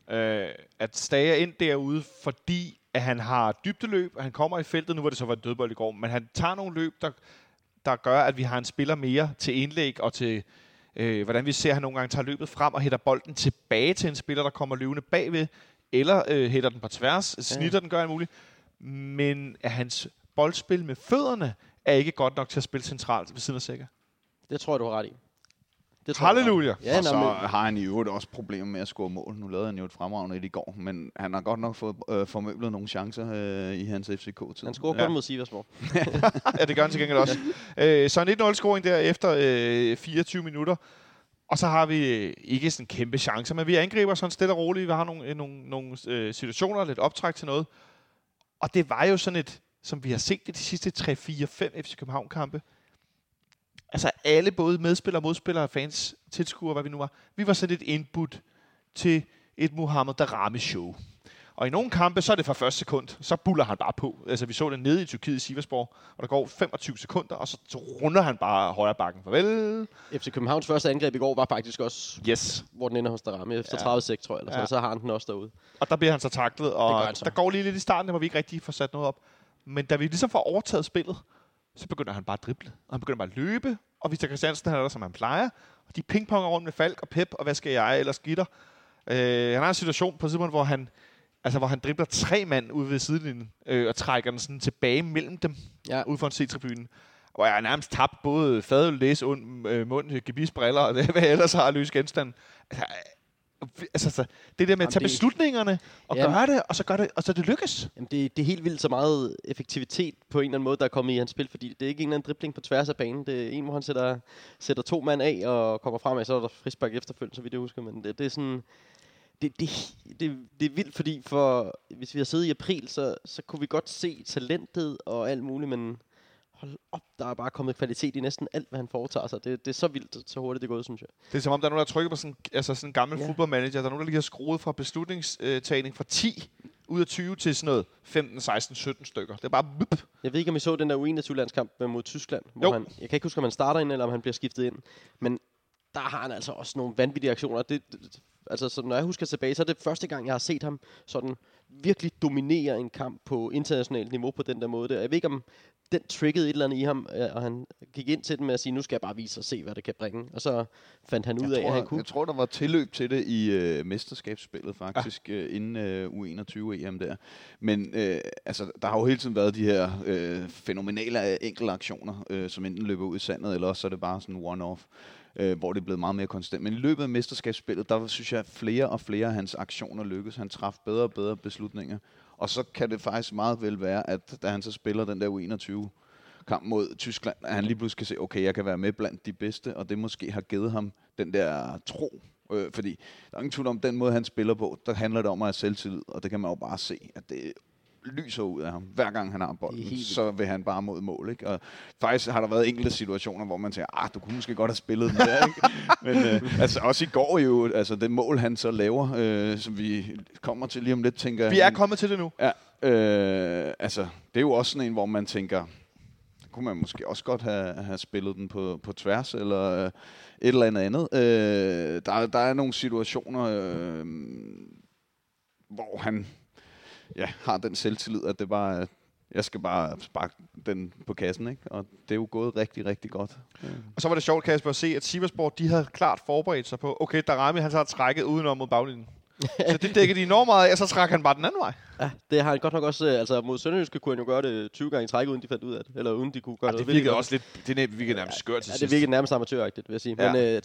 at Stage er ind derude, fordi at han har dybdeløb, og han kommer i feltet, nu var det så var et dødbold i går, men han tager nogle løb, der gør, at vi har en spiller mere til indlæg og til hvordan vi ser, at han nogle gange tager løbet frem og hætter bolden tilbage til en spiller, der kommer løbende bagved, eller hætter den på tværs, snitter den, gør alt muligt. Men at hans boldspil med fødderne er ikke godt nok til at spille centralt ved siden af Sækker. Det tror jeg, du har ret i. Halleluja! Ja, og så har han i øvrigt også problemer med at score mål. Nu lavede han jo et fremragende i går, men han har godt nok fået formøblet nogle chancer i hans FCK-tid. Han scorer kun mod Siversborg. Ja, det gør han til gengæld også. Så en 1-0-scoring der efter 24 minutter. Og så har vi ikke sådan kæmpe chancer, men vi angriber sådan stille og roligt. Vi har nogle situationer, lidt optræk til noget. Og det var jo sådan et, som vi har set det de sidste 3-4-5 FC København-kampe. Altså alle, både medspillere, modspillere, fans, tilskuere, hvad vi nu var. Vi var sådan et input til et Mohamed Daramy-show. Og i nogle kampe, så er det fra første sekund, så buller han bare på. Altså vi så det nede i Tyrkiet i Sivasborg, og der går 25 sekunder, og så runder han bare højre bakken. Farvel. FC Københavns første angreb i går var faktisk også, hvor den ender hos Daramy efter 30 tror jeg. Eller så har han den også derude. Og der bliver han så taklet, og der går lige lidt i starten, hvor vi ikke rigtig får sat noget op. Men da vi ligesom får overtaget spillet, så begynder han bare at drible, og han begynder bare at løbe, og Victor Christiansen, han er der, som han plejer, og de pingponger rundt med Falk og Pep, og hvad skal jeg ellers give dig? Han har en situation på tidspunkt, hvor han dribler 3 mand ude ved sidelinjen, og trækker den sådan tilbage mellem dem, ude for en C-tribunen, hvor jeg nærmest tabt både fadøl, læs, mund, gebisbriller, og hvad jeg ellers har løs genstand. Altså, det der med at tage beslutningerne og gøre det, og så gør det, og så det lykkes. Jamen det er helt vildt så meget effektivitet på en eller anden måde, der er kommet i hans spil, fordi det er ikke en eller anden dribling på tværs af banen. Det er en, hvor han sætter 2 mand af og kommer fremad, så er der frispark efterfølgende, så vidt jeg husker. Men det er sådan, det er vildt, fordi hvis vi har siddet i april, så kunne vi godt se talentet og alt muligt, men hold op, der er bare kommet kvalitet i næsten alt, hvad han foretager sig. Det er så vildt, så hurtigt det er gået, synes jeg. Det er som om, der er nogen, der trykker på sådan en gammel fodboldmanager. Der er nogen, der lige har skruet fra beslutningstagning fra 10 ud af 20 til sådan noget 15, 16, 17 stykker. Det er bare... Jeg ved ikke, om I så den der U21-landskamp mod Tyskland, hvor jeg kan ikke huske, om han starter ind, eller om han bliver skiftet ind. Men der har han altså også nogle vanvittige aktioner. Altså, så når jeg husker tilbage, så er det første gang, jeg har set ham sådan virkelig dominerer en kamp på internationalt niveau på den der måde. Jeg ved ikke, om den triggede et eller andet i ham, og han gik ind til den med at sige, nu skal jeg bare vise og se, hvad det kan bringe. Og så fandt han ud af, at han kunne. Jeg tror, der var tilløb til det i mesterskabsspillet faktisk, inden U21-EM der. Men altså, der har jo hele tiden været de her fænomenale enkelte aktioner, som enten løber ud i sandet, eller også er det bare sådan one-off. Hvor det er blevet meget mere konstant. Men i løbet af mesterskabsspillet, der synes jeg, at flere og flere af hans aktioner lykkes. Han traf bedre og bedre beslutninger. Og så kan det faktisk meget vel være, at da han så spiller den der U21-kamp mod Tyskland, at han lige pludselig kan se, okay, jeg kan være med blandt de bedste, og det måske har givet ham den der tro. Fordi der er ingen tvivl om, den måde, han spiller på, der handler det om at have selvtillid, og det kan man jo bare se, at det lyser ud af ham. Hver gang han har bolden, så vil han bare mod mål. Ikke? Og faktisk har der været enkelte situationer, hvor man tænker, du kunne måske godt have spillet den der. Ikke? Men altså, også i går jo, altså det mål, han så laver, som vi kommer til lige om lidt, tænker vi er kommet til det nu. Ja, altså, det er jo også sådan en, hvor man tænker, kunne man måske også godt have spillet den på tværs, eller et eller andet. Der er nogle situationer, hvor han har den selvtillid, at det bare jeg skal bare sparke den på kassen, ikke? Og det er jo gået rigtig, rigtig godt. Og så var det sjovt, Kasper, at se, at Sivasspor, de havde klart forberedt sig på, okay, Daramy, han så har trækket udenom mod baglinjen. Så det dækker de enormt meget af, og så trækker han bare den anden vej. Ja, det har han godt nok også, altså mod Sønderjyske kunne han jo gøre det 20 gange i træk, uden de fandt ud af det. Eller uden de kunne gøre det virkede også lidt, det virkede nærmest skørt til sidst. Det virkede nærmest amatøragtigt, vil jeg sige. Ja, men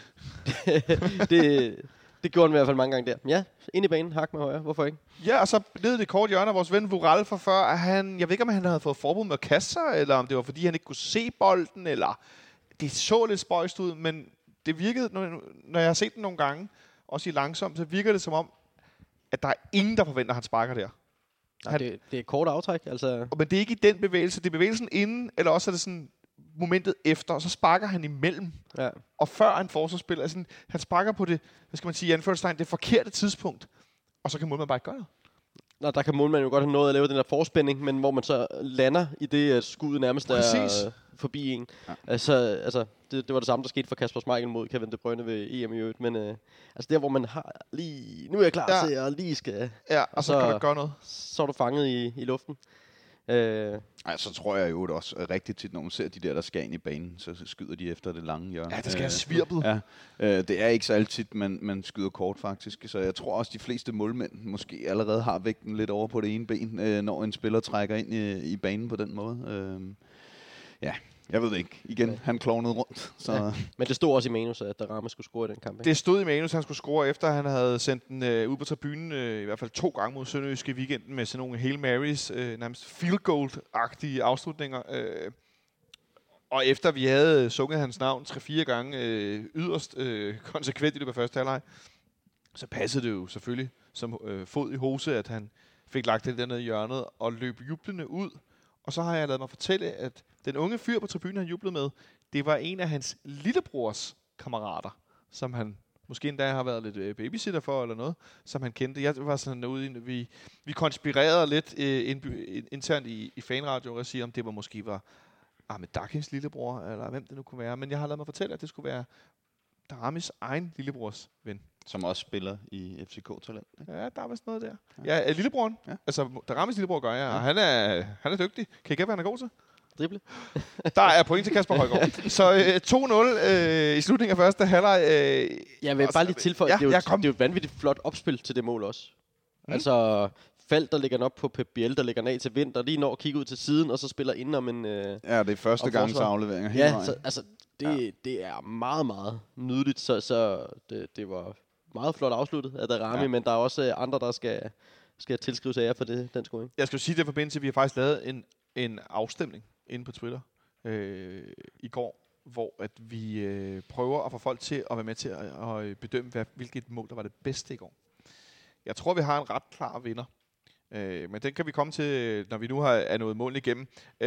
det gjorde han i hvert fald mange gange der. Ja, ind i banen, hak med højre. Hvorfor ikke? Ja, og så ned i det kort hjørne af vores ven Vural fra før, at jeg ved ikke, om han havde fået forbud med at kaste sig, eller om det var, fordi han ikke kunne se bolden, eller det så lidt spøjst ud, men det virkede, når jeg har set den nogle gange, også i langsomt, så virker det som om, at der er ingen, der forventer, at han sparker der. Det er et kort aftræk, altså. Men det er ikke i den bevægelse, det er bevægelsen inden, eller også er det sådan momentet efter, og så sparker han imellem. Ja. Og før han forsvarsspiller, altså, han sparker på det, hvad skal man sige, anførselstegn, det forkerte tidspunkt, og så kan målmanden bare ikke gøre det. Nå, der kan målmanden jo godt have nået at lave den der forspænding, men hvor man så lander i det skuddet nærmest er forbi en. Ja. Altså det var det samme, der skete for Kasper Schmeichel mod Kevin De Bruyne ved EM i øvrigt, men altså der, hvor man har lige, nu er jeg klar til at lige skal... Ja, og så kan du ikke gøre noget. Så er du fanget i luften. Så tror jeg jo også rigtig tit, når man ser de der skal ind i banen, så skyder de efter det lange hjørne. Ja, det skal have svirpet. Ja, det er ikke så altid, man skyder kort faktisk. Så jeg tror også, de fleste målmænd måske allerede har vægten lidt over på det ene ben, når en spiller trækker ind i banen på den måde. Jeg ved det ikke. Igen, han klovnede rundt. Så. Ja. Men det stod også i manus, at Daramy skulle score i den kamp, ikke? Det stod i manus, at han skulle score, efter han havde sendt den ud på tribunen, i hvert fald 2 gange mod Sønderjyske i weekenden, med sådan nogle Hail Marys, nærmest field goal-agtige afslutninger. Og efter vi havde sunget hans navn 3-4 gange yderst konsekvent i løbet af første halvleg, så passede det jo selvfølgelig som fod i hose, at han fik lagt det dernede i hjørnet og løb jublende ud. Og så har jeg ladet mig fortælle, at den unge fyr på tribunen, han jublede med, det var en af hans lillebrors kammerater, som han måske endda har været lidt babysitter for, eller noget, som han kendte. Jeg var sådan ude, vi konspirerede lidt internt i fanradio-regi, om det måske var Ahmed Dakins lillebror, eller hvem det nu kunne være. Men jeg har ladet mig fortælle, at det skulle være Daramys egen lillebrors ven. Som også spiller i FCK-talent. Ja, der er vist noget der. Ja, lillebroren. Ja. Altså, Daramys lillebror gør jeg, og han er dygtig. Kan I gætte, hvad han er god til? Drible. Der er point til Kasper Højgaard. Så 2-0 i slutningen af første halvleg. Jeg vil bare lige tilføje, det er jo et vanvittigt flot opspil til det mål også. Altså, Falk, der lægger den op på Pep Biel, der lægger den af til Vind, og lige når at kigge ud til siden, og så spiller inden om en... det er første gangs afleveringer. Ja, så, altså, det er meget, meget nydeligt, så det var meget flot afsluttet af Daramy, men der er også andre, der skal tilskrive sig ære for den scoring. Jeg skal jo sige det i forbindelse, at vi har faktisk lavet en afstemning inde på Twitter i går, hvor at vi prøver at få folk til at være med til at bedømme, hvilket mål, der var det bedste i går. Jeg tror, vi har en ret klar vinder. Men den kan vi komme til, når vi nu er nået målene igennem.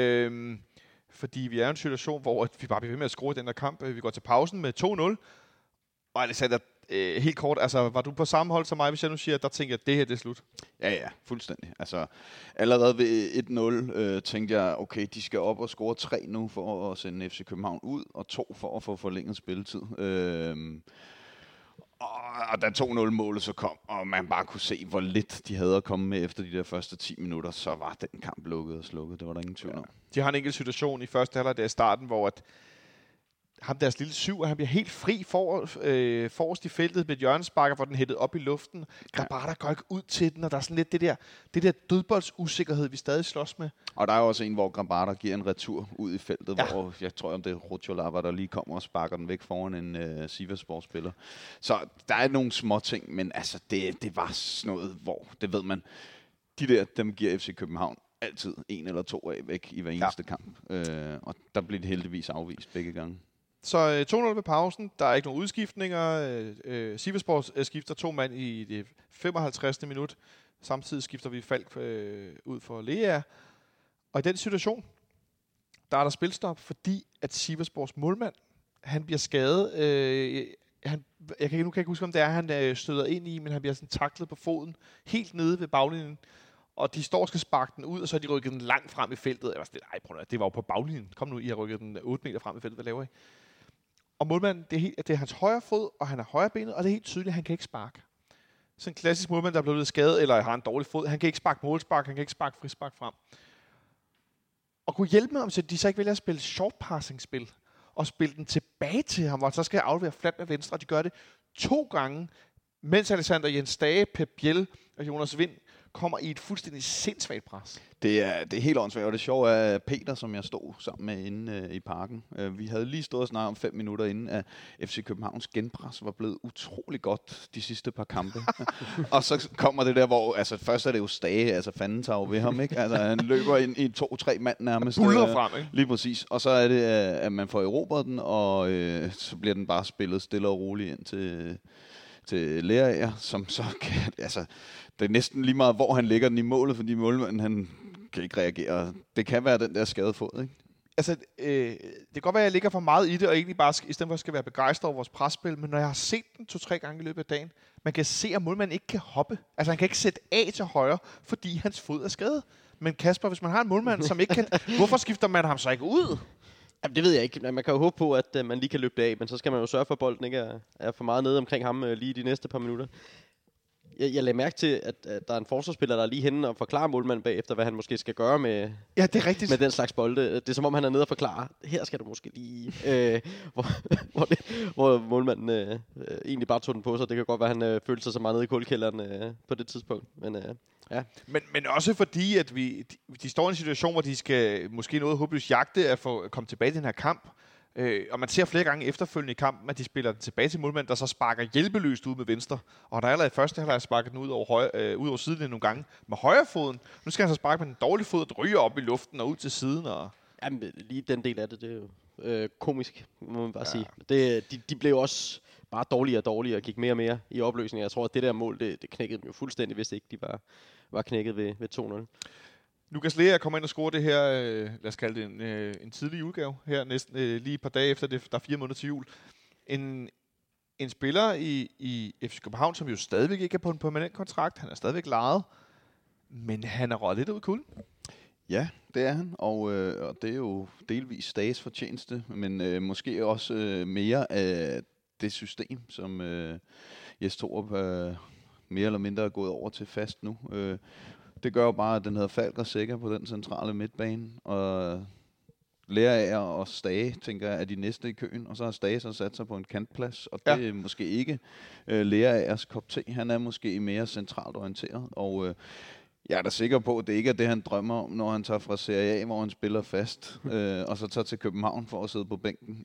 Fordi vi er i en situation, hvor vi bare bliver ved med at score i den der kamp. Vi går til pausen med 2-0. Og Alexander, helt kort, altså var du på samme hold som mig, hvis jeg nu siger, at der tænker jeg, at det her det er slut? Ja, fuldstændig. Altså, allerede ved 1-0 tænkte jeg, okay, de skal op og score 3 nu for at sende FC København ud, og 2 for at få forlænget spilletid. Og da 2-0-målet så kom, og man bare kunne se, hvor lidt de havde at komme med efter de der første 10 minutter, så var den kamp lukket og slukket. Det var der ingen tvivl om. De har en enkelt situation i første halvleg der i starten, hvor at ham deres lille syv, han bliver helt fri forrest i feltet med et hjørnesparker, hvor den hættet op i luften. Grabara går ikke ud til den, og der er sådan lidt det der dødboldsusikkerhed, vi stadig slås med. Og der er også en, hvor Grabara giver en retur ud i feltet, hvor jeg tror, om det er Rotjolava, der lige kommer og sparker den væk foran en Sivasspor-spiller. Så der er nogle små ting, men altså, det var sådan noget, hvor, det ved man, dem giver FC København altid 1 eller 2 af væk i hver eneste kamp. Og der blev det heldigvis afvist begge gange. Så 2-0 ved pausen. Der er ikke nogen udskiftninger. Sivasspor skifter 2 mand i det 55. minut. Samtidig skifter vi Falk ud for Lea. Og i den situation, der er der spilstop, fordi at Sivasspors målmand, han bliver skadet. Jeg kan ikke huske, om det er, han støder ind i, men han bliver sådan taklet på foden, helt nede ved baglinjen. Og de står og skal sparke den ud, og så har de rykket den langt frem i feltet. Jeg var sådan, det var jo på baglinjen. Kom nu, I har rykket den 8 meter frem i feltet. Hvad laver I? Og målmanden, det er hans højre fod, og han er højrebenet, og det er helt tydeligt, at han kan ikke sparke. Så en klassisk målmand, der er blevet skadet, eller har en dårlig fod, han kan ikke sparke målspark, han kan ikke sparke frispark frem. Og kunne hjælpe med, om de så ikke vælger at spille short passing-spil, og spille den tilbage til ham, hvor han så skal aflevere fladt med venstre, og de gør det 2 gange, mens Alexander Jens Dage, Pep Biel og Jonas Vind kommer i et fuldstændig sindssvagt pres. Det er helt åndssvagt, og det sjove er Peter, som jeg stod sammen med inde i parken. Vi havde lige stået og snakket om 5 minutter inden, at FC Københavns genpres var blevet utrolig godt de sidste par kampe. Og så kommer det der, hvor altså, først er det jo Stage, altså fanden tager jo ved ham, ikke? Altså, han løber ind i 2-3 mand nærmest. Buller frem, ikke? Lige præcis. Og så er det, at man får erobret den, og så bliver den bare spillet stille og roligt ind til Lerager, som så kan, altså, det er næsten lige meget, hvor han lægger den i målet, fordi målmanden, han kan ikke reagere. Det kan være den der skadede fod, ikke? Altså, det kan godt være, at jeg ligger for meget i det, og egentlig bare, i stedet for at skal være begejstret over vores presspil, men når jeg har set den 2-3 gange i løbet af dagen, man kan se, at målmanden ikke kan hoppe. Altså, han kan ikke sætte af til højre, fordi hans fod er skadet. Men Kasper, hvis man har en målmand, som ikke kan, hvorfor skifter man ham så ikke ud? Jamen, det ved jeg ikke. Man kan jo håbe på, at man lige kan løbe det af, men så skal man jo sørge for, at bolden ikke er for meget nede omkring ham lige de næste par minutter. Jeg lagde mærke til, at der er en forsvarsspiller, der er lige henne og forklarer målmanden bagefter, hvad han måske skal gøre med, det er rigtigt. med den slags bolde. Det er som om, han er nede og forklarer, her skal du måske lige... hvor målmanden egentlig bare tog den på sig. Det kan godt være, at han følte sig så meget nede i kuldekælderen på det tidspunkt. Men, ja. Men også fordi, at de står i en situation, hvor de skal måske noget håbløst jagte at komme tilbage til den her kamp. Og man ser flere gange efterfølgende i kampen, at de spiller den tilbage til målmanden, der så sparker hjælpeløst ud med venstre. Og der er allerede i første halvleg sparket den ud over sidelinjen nogle gange med højre foden. Nu skal han så sparke med den dårlige fod og ryger op i luften og ud til siden. Jamen, lige den del af det, det er jo komisk, må man bare sige. De blev også bare dårligere og dårligere og gik mere og mere i opløsning. Jeg tror, at det der mål, det knækkede dem jo fuldstændig, hvis ikke de var knækket ved 2-0. Lukas Lea kommer ind og scorer det her, lad os kalde det en tidlig udgave, her næsten lige et par dage efter det, der er 4 måneder til jul. En spiller i FC København, som jo stadigvæk ikke er på en permanent kontrakt, han er stadigvæk lejet, men han er røget lidt ud i kulden. Ja, det er han, og det er jo delvis Stages fortjeneste, men måske også mere af det system, som Jes Torup mere eller mindre er gået over til fast nu. Det gør jo bare, at den hedder Falk og Sikker på den centrale midtbane, og Lerager og Stage, tænker jeg, er de næste i køen, og så har Stage så sat sig på en kantplads, og det er måske ikke Leragers kop te. Han er måske mere centralt orienteret, og jeg er da sikker på, at det ikke er det, han drømmer om, når han tager fra Serie A, hvor han spiller fast, og så tager til København for at sidde på bænken.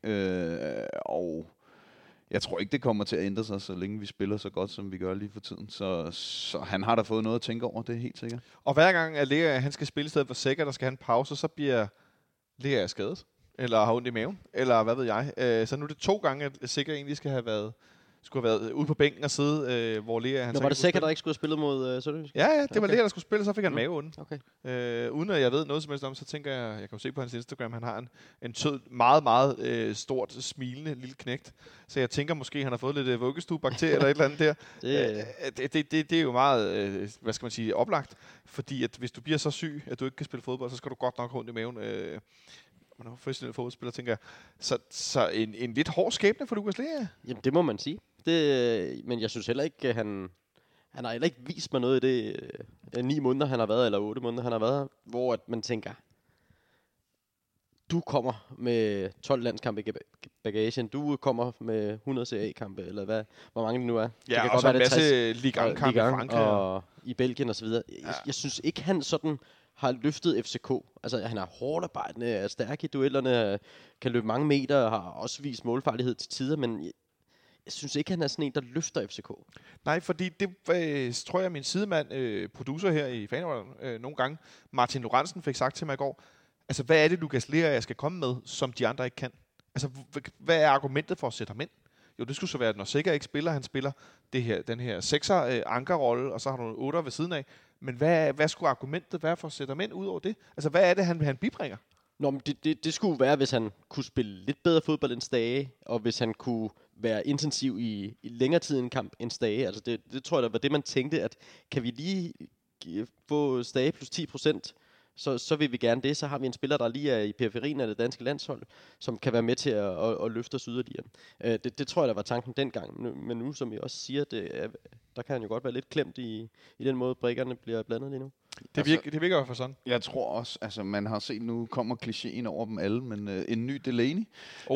Og jeg tror ikke, det kommer til at ændre sig, så længe vi spiller så godt, som vi gør lige for tiden. Så han har da fået noget at tænke over, det er helt sikkert. Og hver gang at Lea, han skal spille i stedet for Sikker, der skal have en pause, så bliver Lea skadet, eller har ondt i maven, eller hvad ved jeg. Så nu er det 2 gange, at Sikker egentlig skulle have været ude på bænken og sidde, hvor Lea... Han var det Sikker, der ikke skulle have spillet mod Sønderjysk? Ja, det var Lea, der skulle spille, så fik han maveonde. Okay. Uden at jeg ved noget som helst om, så tænker jeg kan jo se på hans Instagram, han har en sød, meget, meget stort, smilende lille knægt. Så jeg tænker måske, han har fået lidt vuggestuebakterier eller et eller andet der. Det er jo meget, hvad skal man sige, oplagt. Fordi at hvis du bliver så syg, at du ikke kan spille fodbold, så skal du godt nok rundt i maven. Man er professionel fodboldspiller, tænker jeg. Så en lidt hård skæbne for Lukas Lea. Jamen, det må man sige. Men jeg synes heller ikke, han har heller ikke vist mig noget i det 9 måneder, han har været, eller 8 måneder, han har været, hvor at man tænker, du kommer med 12 landskampe i bagagen, du kommer med 100 CA-kampe, eller hvor mange det nu er. Ja, det og så en masse Ligue 1-kampe i Frankrig. Og i Belgien og så videre. Jeg synes ikke, han sådan har løftet FCK. Altså, han er hårdt arbejdende, er stærk i duellerne, kan løbe mange meter, og har også vist målfarlighed til tider, men jeg synes ikke, han er sådan en, der løfter FCK. Nej, fordi det tror jeg, min sidemand, producer her i Fanholdet, nogle gange, Martin Lorentzen fik sagt til mig i går, altså, hvad er det, Lukas Lea, jeg skal komme med, som de andre ikke kan? Altså, hvad er argumentet for at sætte ham ind? Jo, det skulle så være, at når Sikker ikke spiller, han spiller den her 6'er ankerrolle, og så har du 8'er ved siden af. Men hvad skulle argumentet være for at sætte ham ind ud over det? Altså, hvad er det, han bibringer? Nå, men det skulle være, hvis han kunne spille lidt bedre fodbold end Stage, og hvis han kunne være intensiv i længere tid en kamp end Stage. Altså, det tror jeg, der var det, man tænkte, at kan vi lige få Stage plus 10%, så vil vi gerne det. Så har vi en spiller, der lige er i periferien af det danske landshold, som kan være med til at løfte os yderligere. Det tror jeg, der var tanken dengang. Men nu, som I også siger, der kan han jo godt være lidt klemt i den måde, brikkerne bliver blandet lige nu. Det virker jo for sådan. Jeg tror også, altså man har set, nu kommer klichéen over dem alle, men en ny Delaney.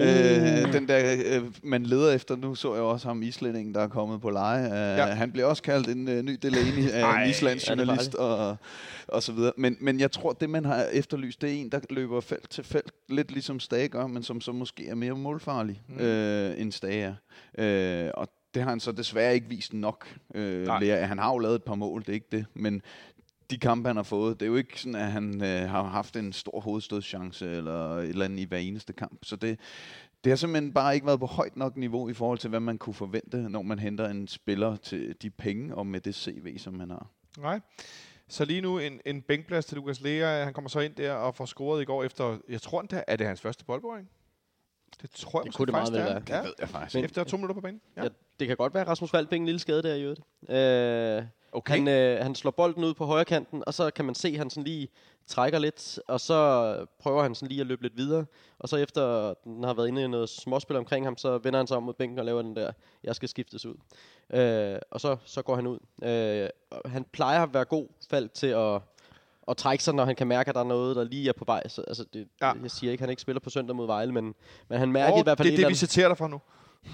Den der, man leder efter, nu så jeg også ham islændingen, der er kommet på leje. Han bliver også kaldt en ny Delaney af en islandsk journalist og så videre. Men jeg tror, det man har efterlyst, det er en, der løber felt til felt, lidt ligesom Stage gør, men som så måske er mere målfarlig end Stage er. Og det har han så desværre ikke vist nok. Han har jo lavet et par mål, det er ikke det, men de kampe, han har fået, det er jo ikke sådan, at han har haft en stor hovedstødschance eller et eller andet i hver eneste kamp. Så det har simpelthen bare ikke været på højt nok niveau i forhold til, hvad man kunne forvente, når man henter en spiller til de penge og med det CV, som han har. Nej. Så lige nu en bænkplads til Lukas Lea. Han kommer så ind der og får scoret i går efter, jeg tror, er det hans første boldberøring? Det tror jeg det kunne det meget vel være. Ja. Det ved jeg faktisk. Men efter 2 minutter på banen. Ja, det kan godt være, at Rasmus Falk fik en lille skade der i øvrigt. Okay. Han slår bolden ud på højre kanten, og så kan man se, at han sådan lige trækker lidt, og så prøver han sådan lige at løbe lidt videre. Og så efter den har været inde i noget småspil omkring ham, så vender han sig om mod bænken og laver den der, jeg skal skiftes ud. Og så går han ud. Han plejer at være god, Falk, til at trække sig, når han kan mærke, at der er noget, der lige er på vej. Så, altså jeg siger ikke, at han ikke spiller på søndag mod Vejle, men han mærker i hvert fald... Det er det, vi citerer dig for nu.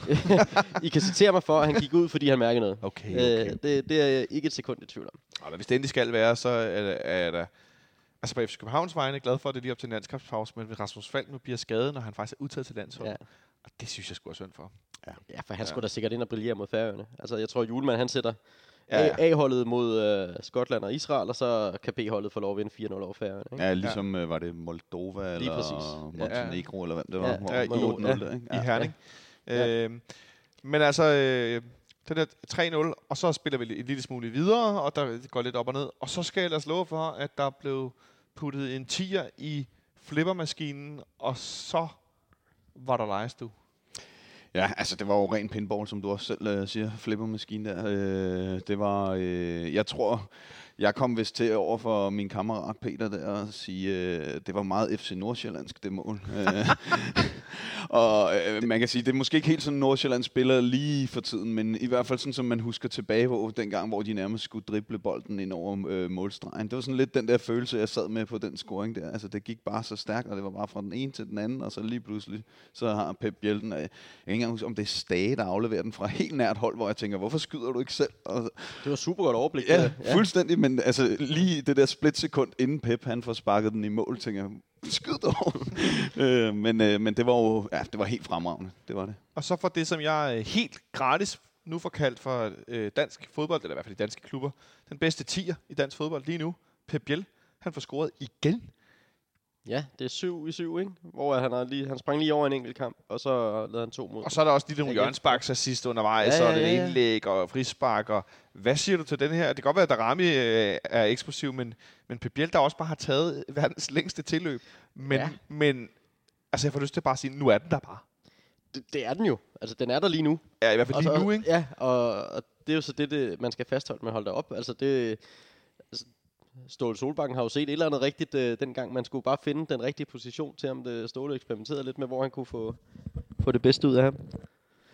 I kan citere mig for, at han gik ud, fordi han mærkede noget. Okay. Det er jeg ikke et sekund i tvivl om. Og hvis det endelig skal være, så er der... Altså på FC Københavns vegne glad for, at det lige op til en landskampspause, men hvis Rasmus Falk nu bliver skadet, når han faktisk er udtaget til landsholdet. Ja. Og det synes jeg sgu er synd for. Ja, for han skulle da sikkert ind og brillere mod Færøerne. Altså, jeg tror, Julemand, han sætter A-holdet mod Skotland og Israel, og så kan B-holdet få lov at vinde 4-0 over Færøerne. Ikke? Ja, ligesom var det Moldova eller Montenegro, eller hvad det var. I Herning. Ja. Men altså, den er 3-0, og så spiller vi en lille smule videre, og der går lidt op og ned. Og så skal jeg ellers love for, at der blev puttet en 10'er i flippermaskinen, og så var der lejestue. Ja, altså det var jo ren pinball, som du også selv siger, flippermaskine der. Det var, jeg tror, jeg kom vist til over for min kammerat Peter der og sige, det var meget FC Nordsjællandsk, det mål. Og man kan sige, det er måske ikke helt sådan, Nordsjælland spiller lige for tiden, men i hvert fald sådan, som man husker tilbage på dengang, hvor de nærmest skulle drible bolden ind over målstregen. Det var sådan lidt den der følelse, jeg sad med på den scoring der. Altså det gik bare så stærkt, og det var bare fra den ene til den anden, og så lige pludselig, så har Pep Bjelden, jeg kan ikke engang huske, om det er Stage, der afleverer den fra helt nært hold, hvor jeg tænker, hvorfor skyder du ikke selv? Og det var super godt overblik. Ja, fuldstændig, men altså lige det der splitsekund, inden Pep han får sparket den i mål, tænker jeg, skyd dog. Men det var jo, ja, det var helt fremragende. Det var det. Og så for det, som jeg helt gratis nu får kaldt for dansk fodbold, eller i hvert fald de danske klubber, den bedste 10'er i dansk fodbold lige nu, Pep Biel, han får scoret igen. Ja, det er 7 i 7, ikke? Hvor han sprang lige over en enkelt kamp, og så lavede han 2 mål. Og så er der også lige nogle hjørnesparks assist undervejs, så er det indlæg og frispark. Og hvad siger du til den her? Det kan godt være, at Darami er eksplosiv, men Pep Biel, der også bare har taget verdens længste tilløb. Men altså, jeg får lyst til at bare sige, nu er den der bare. Det er den jo. Altså, den er der lige nu. Ja, i hvert fald lige nu, ikke? Ja, og det er jo så det man skal fastholde med at holde det op. Altså, Ståle Solbakken har jo set et eller andet rigtigt dengang. Man skulle bare finde den rigtige position til, om det Ståle eksperimenterede lidt med, hvor han kunne få det bedste ud af ham.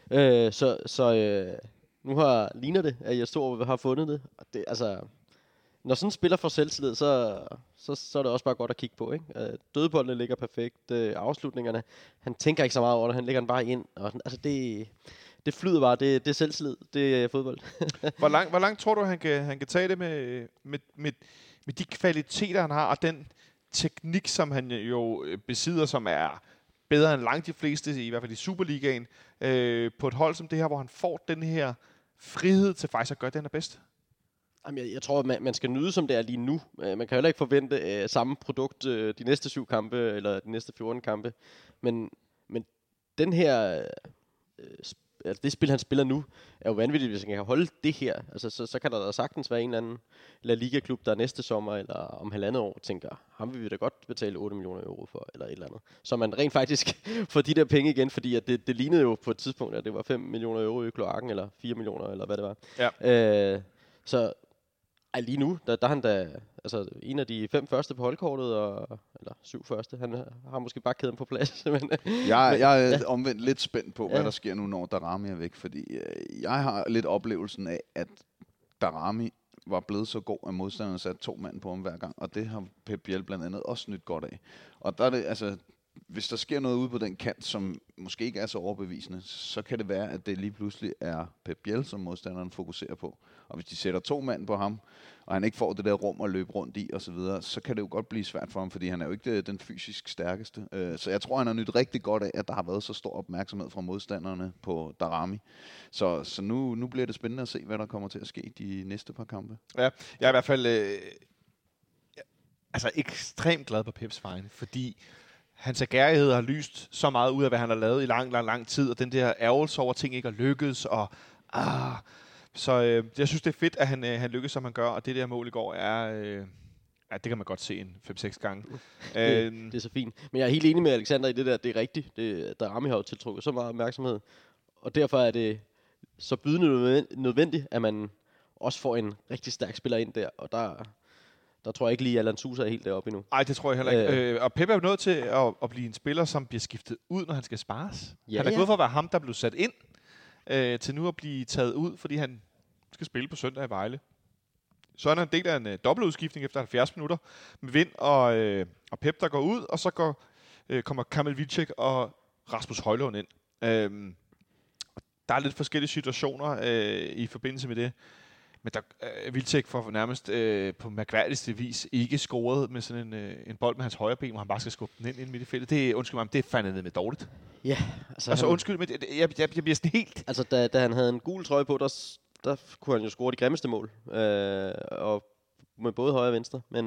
Nu ligner det, at jeg har fundet det. Og det altså, når sådan en spiller får selvtillid, så er det også bare godt at kigge på. Ikke? Dødboldene ligger perfekt. Afslutningerne, han tænker ikke så meget over det. Han lægger den bare ind. Og altså det flyder bare. Det er selvtillid. Det er fodbold. Hvor langt tror du, han kan tage det med de kvaliteter, han har, og den teknik, som han jo besidder, som er bedre end langt de fleste, i hvert fald i Superligaen, på et hold som det her, hvor han får den her frihed til faktisk at gøre det, han er bedst? Jamen, jeg tror, at man skal nyde, som det er lige nu. Man kan heller ikke forvente samme produkt de næste 7 kampe, eller de næste 14 kampe. Men den her... det spil, han spiller nu, er jo vanvittigt, hvis han kan holde det her. Altså, så kan der da sagtens være en eller anden La Liga-klub, der næste sommer eller om 1,5 år tænker, ham vil vi da godt betale 8 millioner euro for, eller et eller andet. Så man rent faktisk får de der penge igen, fordi at det lignede jo på et tidspunkt, at det var 5 millioner euro i kloakken, eller 4 millioner, eller hvad det var. Ja. Så lige nu, der er han da en af de 5 første på holdkortet, eller 7 første. Han har måske bare kæden på plads. Men, jeg er omvendt lidt spændt på, hvad der sker nu, når Daramy er væk. Fordi jeg har lidt oplevelsen af, at Daramy var blevet så god, at modstanderne satte 2 mand på ham hver gang. Og det har Pep Biel blandt andet også nyt godt af. Og der er det, altså, hvis der sker noget ude på den kant, som måske ikke er så overbevisende, så kan det være, at det lige pludselig er Pep Biel, som modstanderen fokuserer på. Og hvis de sætter 2 mand på ham, og han ikke får det der rum at løbe rundt i osv., så kan det jo godt blive svært for ham, fordi han er jo ikke den fysisk stærkeste. Så jeg tror, han har nyt rigtig godt af, at der har været så stor opmærksomhed fra modstanderne på Daramy. Så nu bliver det spændende at se, hvad der kommer til at ske de næste par kampe. Ja, jeg er i hvert fald ekstremt glad på Peps vegne, fordi hans agerighed har lyst så meget ud af, hvad han har lavet i lang tid, og den der ærgelse over ting ikke har lykkedes, og så jeg synes, det er fedt, at han lykkes, som han gør, og det der mål i går er, det kan man godt se en 5-6 gange. Det er så fint. Men jeg er helt enig med Alexander i det der, det er rigtigt. Daramy har jo tiltrukket så meget opmærksomhed, og derfor er det så bydende nødvendigt, at man også får en rigtig stærk spiller ind der, og der tror jeg ikke lige, at Alan Sousa er helt deroppe endnu. Nej, det tror jeg heller ikke. Og Pep er jo nødt til at blive en spiller, som bliver skiftet ud, når han skal spares. Han er gået for at være ham, der blev sat ind, til nu at blive taget ud, fordi han skal spille på søndag i Vejle. Så er han en del af en dobbeltudskiftning efter 70 minutter med Vind og Pep, der går ud, og så kommer Kamil Vilcek og Rasmus Højlund ind. Der er lidt forskellige situationer i forbindelse med det. Men Vilcek får nærmest på mærkværdigste vis ikke scoret med sådan en bold med hans højre ben, hvor han bare skal skubbe den ind midt i feltet. Det er fandme med dårligt. Ja. Altså undskyld, men jeg bliver sådan helt... Altså da han havde en gul trøje på, der kunne han jo score de grimmeste mål. Og med både højre og venstre. Men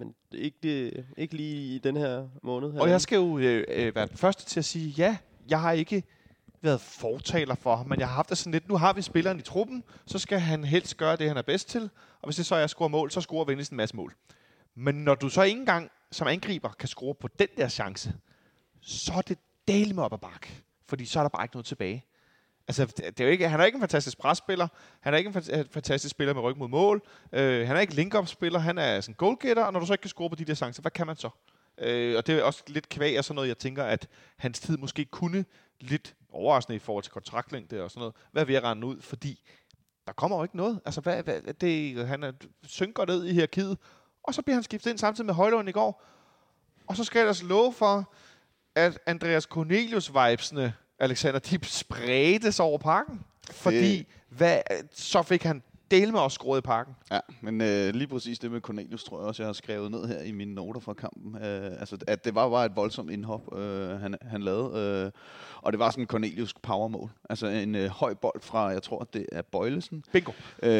ikke lige i den her måned. Og jeg skal jo være den første til at sige, ja, jeg har ikke været fortaler for ham, men jeg har haft det sådan lidt, nu har vi spilleren i truppen, så skal han helst gøre det, han er bedst til, og hvis det så er at score mål, så scorer venligst en masse mål. Men når du så ikke engang som angriber kan score på den der chance, så er det dele med op ad bakke, fordi så er der bare ikke noget tilbage. Altså, det er jo ikke, han er ikke en fantastisk presspiller, han er ikke en fantastisk spiller med ryg mod mål, han er ikke link-up-spiller, han er sådan goalgetter, og når du så ikke kan score på de der chancer, hvad kan man så? Og det er også lidt kvæg af sådan noget, jeg tænker, at hans tid måske kunne lidt overraskende i forhold til kontraktlængde og sådan noget, hvad ved at rende ud, fordi der kommer jo ikke noget. Altså, han synker ned i hierarkiet, og så bliver han skiftet ind samtidig med Højlund i går. Og så skal jeg altså love for, at Andreas Cornelius-vibesene, Alexander, de spredtes over parken. Fordi, så fik han dele med os scoret i parken. Ja, men lige præcis det med Cornelius, tror jeg også, jeg har skrevet ned her i mine noter fra kampen. At det var bare et voldsomt indhop, han lavede. Og det var sådan en Cornelius powermål. Altså en høj bold fra, jeg tror, det er Bøjlesen. Bingo.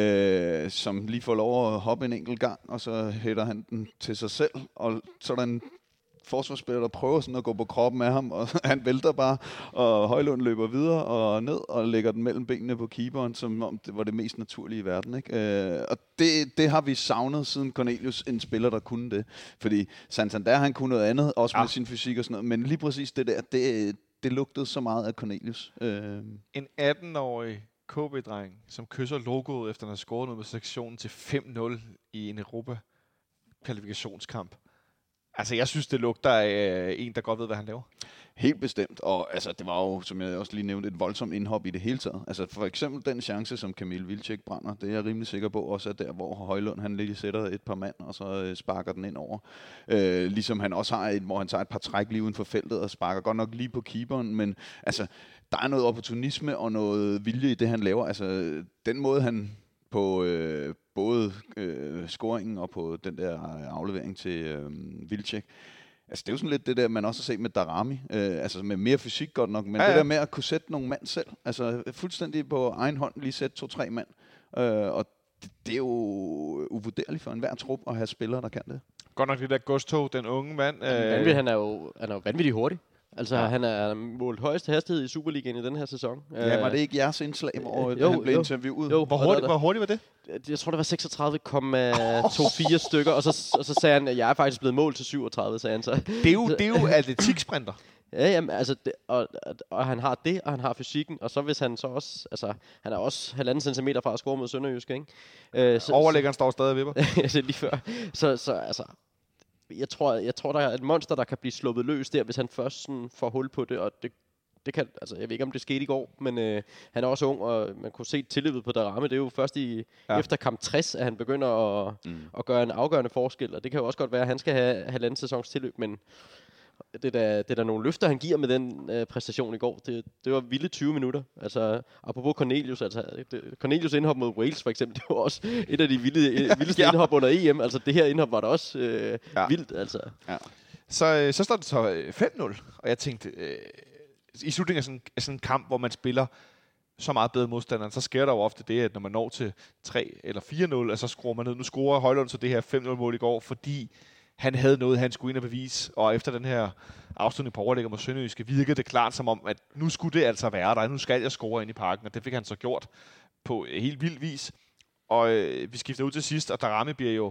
Som lige får lov at hoppe en enkelt gang, og så hætter han den til sig selv. Og så er der en forsvarsspiller, der prøver sådan at gå på kroppen af ham, og han vælter bare, og Højlund løber videre og ned, og lægger den mellem benene på keeperen, som om det var det mest naturlige i verden. Ikke? Og det har vi savnet siden Cornelius, en spiller, der kunne det. Fordi Santander, han kunne noget andet, også med sin fysik og sådan noget, men lige præcis det der, det lugtede så meget af Cornelius. En 18-årig KB-dreng, som kysser logoet, efter han har scoret noget med sektionen til 5-0 i en Europa-kvalifikationskamp. Altså, jeg synes, det lugter af en, der godt ved, hvad han laver. Helt bestemt, og altså, det var jo, som jeg også lige nævnte, et voldsomt indhop i det hele taget. Altså for eksempel den chance, som Kamil Vilcek brænder, det er jeg rimelig sikker på også er der, hvor Højlund han lige sætter et par mand, og så sparker den ind over. Ligesom han også har hvor han tager et par træk lige uden for feltet, og sparker godt nok lige på keeperen, men altså, der er noget opportunisme og noget vilje i det, han laver. Altså, den måde, han på både scoringen og på den der aflevering til Vilcek, altså det er jo sådan lidt det der, man også har set med Daramy, altså med mere fysik godt nok, men det der med at kunne sætte nogle mand selv, altså fuldstændig på egen hånd lige sætte 2-3 mand, og det er jo uvurderligt for enhver trup at have spillere, der kan det. Godt nok det der godstog, den unge mand. Han er jo vanvittigt hurtig. Altså, han er målt højeste hastighed i Superligaen i den her sæson. Ja, var det ikke jeres indslag, hvor han blev interviewet? Jo, hvor hurtigt var det? Jeg tror, det var 36,24 stykker, og så sagde han, at jeg er faktisk blevet målt til 37, sagde han så. Det er jo atletiksprinter. Ja, jamen, altså, og han har det, og han har fysikken, og så hvis han så også, altså, han er også 1,5 centimeter fra at score mod Sønderjysk, ikke? Overlæggeren står stadig og vipper. Altså, lige før. Så altså, jeg tror, der er et monster, der kan blive sluppet løs der, hvis han først sådan får hul på det, og det kan, altså, jeg ved ikke, om det skete i går, men han er også ung, og man kunne se tilløbet på Daramy. Det er jo først efter kamp 60, at han begynder at gøre en afgørende forskel, og det kan jo også godt være, at han skal have 1,5 sæsons tilløb, men det er der nogle løfter, han giver med den præstation i går. Det var vilde 20 minutter. Altså, apropos Cornelius, Cornelius indhop mod Wales for eksempel, det var også et af de vildeste indhop under EM. Altså, det her indhop var da også vildt. Altså. Ja. Så står det så 5-0, og jeg tænkte, i slutningen af sådan en kamp, hvor man spiller så meget bedre modstanderen, så sker der jo ofte det, at når man når til 3 eller 4-0, så skruer man ned. Nu scorer Højlund så det her 5-0-mål i går, fordi han havde noget, han skulle ind og bevise, og efter den her afslutning på overlægger mod Sønderjyske, virkede det klart som om, at nu skulle det altså være der, nu skal jeg score ind i parken, og det fik han så gjort på helt vild vis. Og vi skifter ud til sidst, og Daramy bliver jo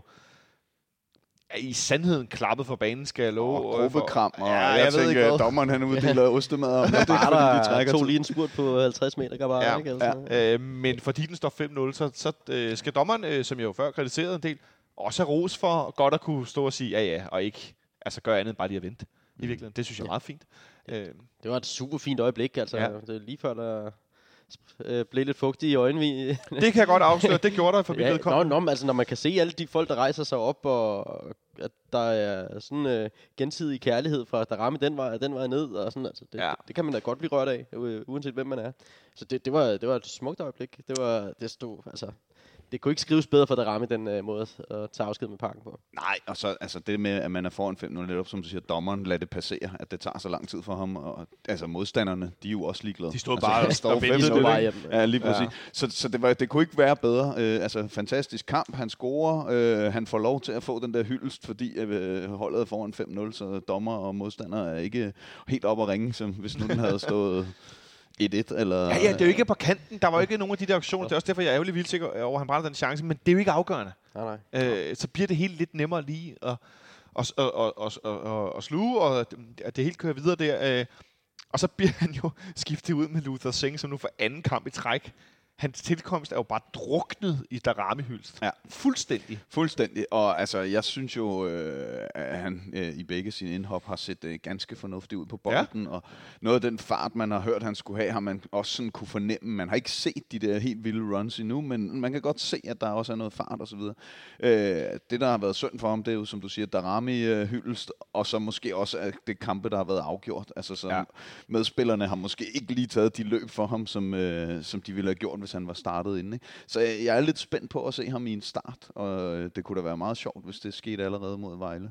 i sandheden klappet for banen, skal jeg love. Gruppekram, og jeg tænker, at dommeren han uddeler ostemad om det. Bare der tog lige en spurt på 50 meter, kan bare ikke? Men fordi den står 5-0, så skal dommeren, som jeg jo før kritiserede en del, også have ros for godt at kunne stå og sige ja, og ikke altså gøre andet end bare lige at vente. I virkeligheden, det synes jeg er meget fint. Det var et super fint øjeblik, altså. Ja. Det er lige før, der blev lidt fugtigt i øjnene. Det kan jeg godt afsløre, det gjorde der for mit vedkommende. Altså når man kan se alle de folk, der rejser sig op, og at der er sådan gensidig kærlighed fra Daramy den vej ned, og sådan, altså, det kan man da godt blive rørt af, uanset hvem man er. Så det var et smukt øjeblik. Det stod, altså. Det kunne ikke skrives bedre for Daramy, den måde at tage afsked med parken på. Nej, og så altså det med, at man er foran 5-0, netop som du siger, dommeren lader det passere, at det tager så lang tid for ham. Og, altså modstanderne, de er jo også ligeglade. De stod altså, bare og ventede. Ja, lige præcis. Ja. Så det kunne ikke være bedre. Altså fantastisk kamp, han scorer, han får lov til at få den der hyldest, fordi holdet er foran 5-0, så dommer og modstandere er ikke helt op at ringe, som hvis nu den havde stået 1-1, eller... Ja, det er jo ikke på kanten. Der var jo ikke nogen af de der aktioner. Det er også derfor, jeg er ærgerlig vildt sikker over, at han brænder den chance. Men det er jo ikke afgørende. Nej. Så bliver det helt lidt nemmere lige at sluge, og at det helt kører videre der. Og så bliver han jo skiftet ud med Luther Singh, som nu for anden kamp i træk. Hans tilkomst er jo bare druknet i Daramy-hylst. Ja. Fuldstændig. Og altså, jeg synes jo, at han i begge sine indhop har set ganske fornuftigt ud på bolden. Ja. Og noget af den fart, man har hørt, han skulle have, har man også sådan kunne fornemme. Man har ikke set de der helt vilde runs endnu, men man kan godt se, at der også er noget fart og så videre. Det, der har været synd for ham, det er jo, som du siger, Daramy-hylst, og så måske også det kampe, der har været afgjort. Altså, så medspillerne har måske ikke lige taget de løb for ham, som de ville have gjort, hvis han var startet inden. Ikke? Så jeg er lidt spændt på at se ham i en start, og det kunne da være meget sjovt, hvis det skete allerede mod Vejle.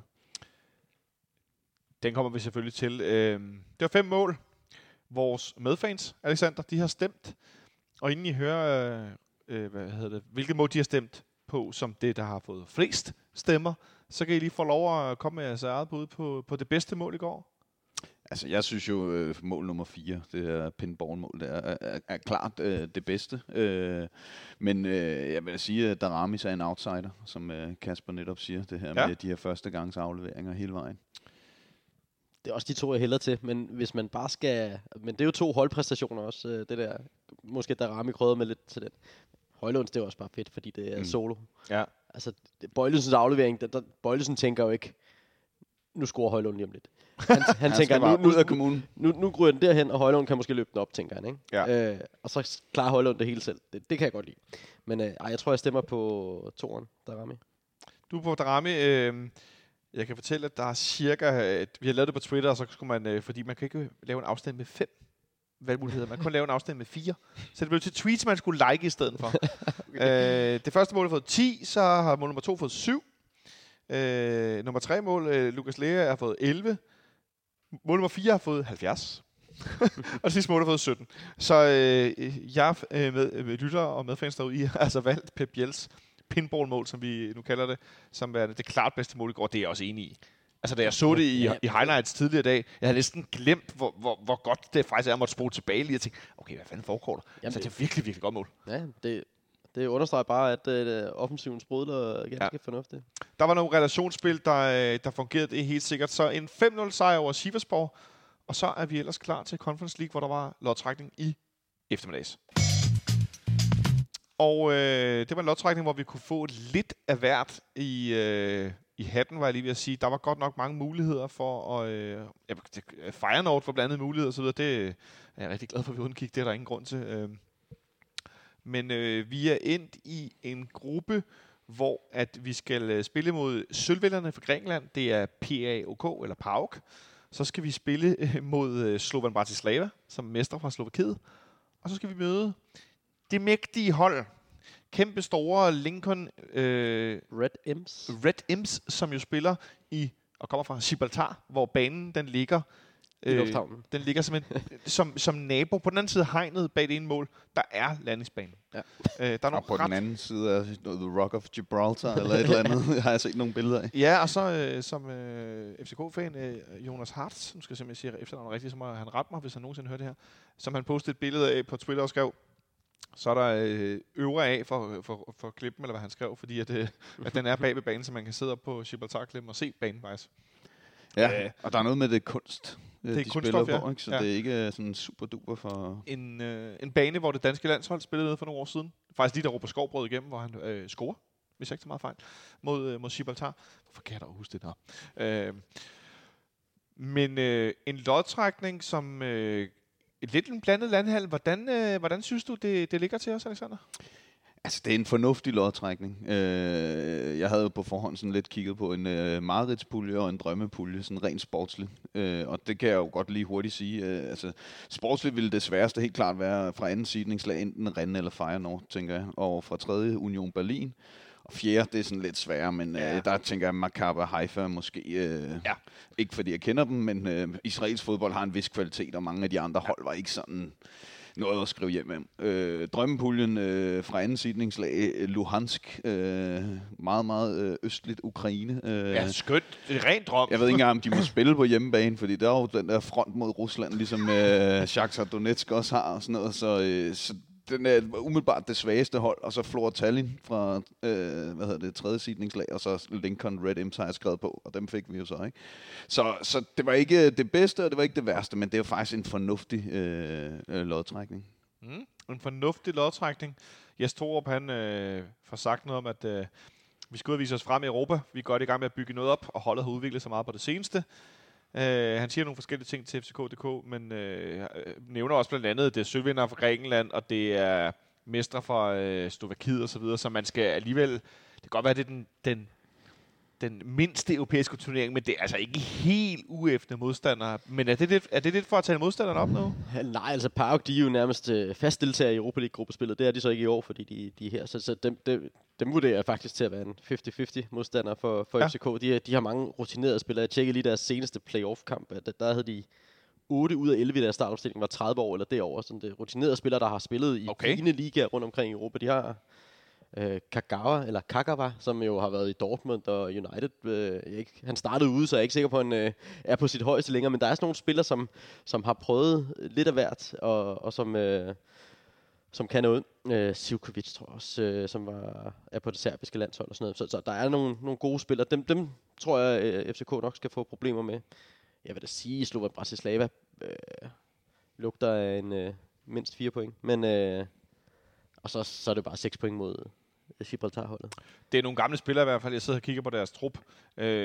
Den kommer vi selvfølgelig til. Det var 5 mål. Vores medfans, Alexander, de har stemt. Og inden I hører, hvilket mål de har stemt på, som det, der har fået flest stemmer, så kan I lige få lov at komme med jeres eget bud på det bedste mål i går. Altså, jeg synes jo, mål nummer 4, det er pinballmål, det er klart det bedste. Men jeg vil sige, at Daramy er en outsider, som Kasper netop siger, det her med de her førstegangs afleveringer hele vejen. Det er også de to, jeg hælder til, men hvis man bare skal... Men det er jo 2 holdpræstationer også, det der. Måske Daramy krydder med lidt til den. Højlunds, det er også bare fedt, fordi det er solo. Ja. Altså, Bøjlesens aflevering, Bøjlesen tænker jo ikke, nu scorer Højlund lige om lidt. Han tænker, bare ud af kommunen. Nu ryger den derhen, og Højlund kan måske løbe den op, tænker han. Ikke? Ja. Og så klarer Højlund det hele selv. Det kan jeg godt lide. Men jeg tror, jeg stemmer på toeren, Darami. Du er på Darami. Jeg kan fortælle, at der er cirka... vi har lavet det på Twitter, og så skulle man... fordi man kan ikke lave en afstand med 5 valgmuligheder. Man kan kun lave en afstand med 4. Så det blev til tweets, man skulle like i stedet for. Okay. Det første mål har fået 10, så har mål nummer 2 fået 7. Nummer 3 mål, Lukas Lea, har fået 11. Mål nummer 4 har fået 70. Og det sidste mål har fået 17. Så jeg med lytter og medfans derude, har altså valgt Pep Biels pinballmål, som vi nu kalder det, som er det klart bedste mål i går. Det er jeg også enig i. Altså, da jeg så det i highlights tidligere i dag, jeg havde næsten glemt, hvor godt det faktisk er at måtte spole tilbage lige og tænke, okay, hvad fanden foregår der? Altså, det er virkelig, virkelig godt mål. Ja, det understreger bare, at offensiven sprudler ganske fornuftigt. Der var nogle relationsspil, der fungerede, det er helt sikkert. Så en 5-0 sejr over Sivasspor, og så er vi ellers klar til Conference League, hvor der var lodtrækning i eftermiddags. Og det var en lodtrækning, hvor vi kunne få lidt af hvert i hatten, var jeg lige ved at sige. Der var godt nok mange muligheder for at... Feyenoord for blandt andet muligheder osv. Det er jeg rigtig glad for, at vi undgik. Det er der ingen grund til. Men vi er endt i en gruppe, hvor at vi skal spille mod sølvvinderne fra Grækenland. Det er PAOK, eller PAOK. Så skal vi spille mod Slovan Bratislava, som er mestre fra Slovakiet. Og så skal vi møde det mægtige hold. Kæmpe store Lincoln Red Imps, som jo spiller og kommer fra Gibraltar, hvor banen den ligger i lufthavnen. Den ligger som nabo. På den anden side af hegnet bag det ene mål, der er landingsbanen. Ja. Der er på den anden side af The Rock of Gibraltar, eller et eller andet, har jeg set nogle billeder af. Ja, og så som FCK-fan, Jonas Hartz, nu skal jeg simpelthen sige efternavnet rigtigt, så må han rette mig, hvis han nogensinde hører det her, som han postede et billede af på Twitter og skrev, så er der øvre af for klippen, eller hvad han skrev, fordi at den er bag ved banen, så man kan sidde op på Gibraltar-klippen og se banen faktisk. Ja, og der er noget med det kunst, det de spiller på, ikke? Så det er ikke sådan super duper for... En bane, hvor det danske landshold spillede nede for nogle år siden. Faktisk lige der Robert Skovbrød igennem, hvor han scorer, hvis jeg ikke så meget fejl, mod Gibraltar. Hvorfor kan jeg da huske det der? Men en lodtrækning som... et lidt en blandet landhandel. Hvordan synes du, det ligger til os, Alexander? Altså, det er en fornuftig lodtrækning. Jeg havde på forhånd sådan lidt kigget på en mareridtspulje og en drømmepulje, sådan rent sportsligt. Og det kan jeg jo godt lige hurtigt sige. Altså, sportsligt ville det sværeste helt klart være fra anden seedningslag, enten Rennes eller Feyenoord, tænker jeg. Og fra tredje Union Berlin. Og fjerde, det er sådan lidt sværere, men der tænker jeg, Maccabi Haifa måske, ikke fordi jeg kender dem, men israelsk fodbold har en vis kvalitet, og mange af de andre hold var ikke sådan noget at skrive hjem med. Drømmepuljen fra anden seedningslag, Luhansk, meget, meget østligt Ukraine. Ja, skønt. Det er rent drøm. Jeg ved ikke engang, om de må spille på hjemmebane, fordi der er jo den der front mod Rusland, ligesom Shakhtar Donetsk også har, og sådan noget, så den er umiddelbart det svageste hold, og så Flora Tallinn fra tredje seedningslag, og så Lincoln Red Imps har jeg skrevet på, og dem fik vi jo så, ikke? Så det var ikke det bedste, og det var ikke det værste, men det er jo faktisk en fornuftig lodtrækning. En fornuftig lodtrækning. Jes Torup, han får sagt noget om, at vi skal ud og vise os frem i Europa. Vi er godt i gang med at bygge noget op, og holdet har udviklet sig meget på det seneste. Han siger nogle forskellige ting til FCK.dk, men nævner også blandt andet, at det er sølvvinder fra Grækenland, og det er mestre fra Slovakiet og så videre, så man skal alligevel... Det kan godt være, at det er den mindste europæiske turnering, men det er altså ikke helt uæftende modstandere. Men er det lidt for at tale modstanderne op nu? Nej, altså PAOK, de er jo nærmest fast deltager i Europa League-gruppespillet. Det er de så ikke i år, fordi de er her. Så dem vurderer jeg faktisk til at være en 50-50 modstander for FCK. De har mange rutinerede spillere. Jeg tjekkede lige deres seneste playoff-kamp. Der havde de 8 ud af 11 i deres startopstilling, var 30 år eller derovre. Så det er rutinerede spillere, der har spillet i fine ligaer rundt omkring i Europa. De har Kagawa, som jo har været i Dortmund og United. Han startede ude, så jeg er ikke sikker på, at han er på sit højeste længere. Men der er sådan nogle spillere, som har prøvet lidt af hvert, og som kan noget. Sivkovic, tror jeg også, som er på det serbiske landshold og sådan noget. Så der er nogle gode spillere. Dem tror jeg, FCK nok skal få problemer med. Jeg vil da sige, at Slovan Bratislava lugter af en mindst 4 point. Men og så er det bare 6 point mod Gibraltar-holdet. Det er nogle gamle spillere i hvert fald. Jeg sidder og kigger på deres trup.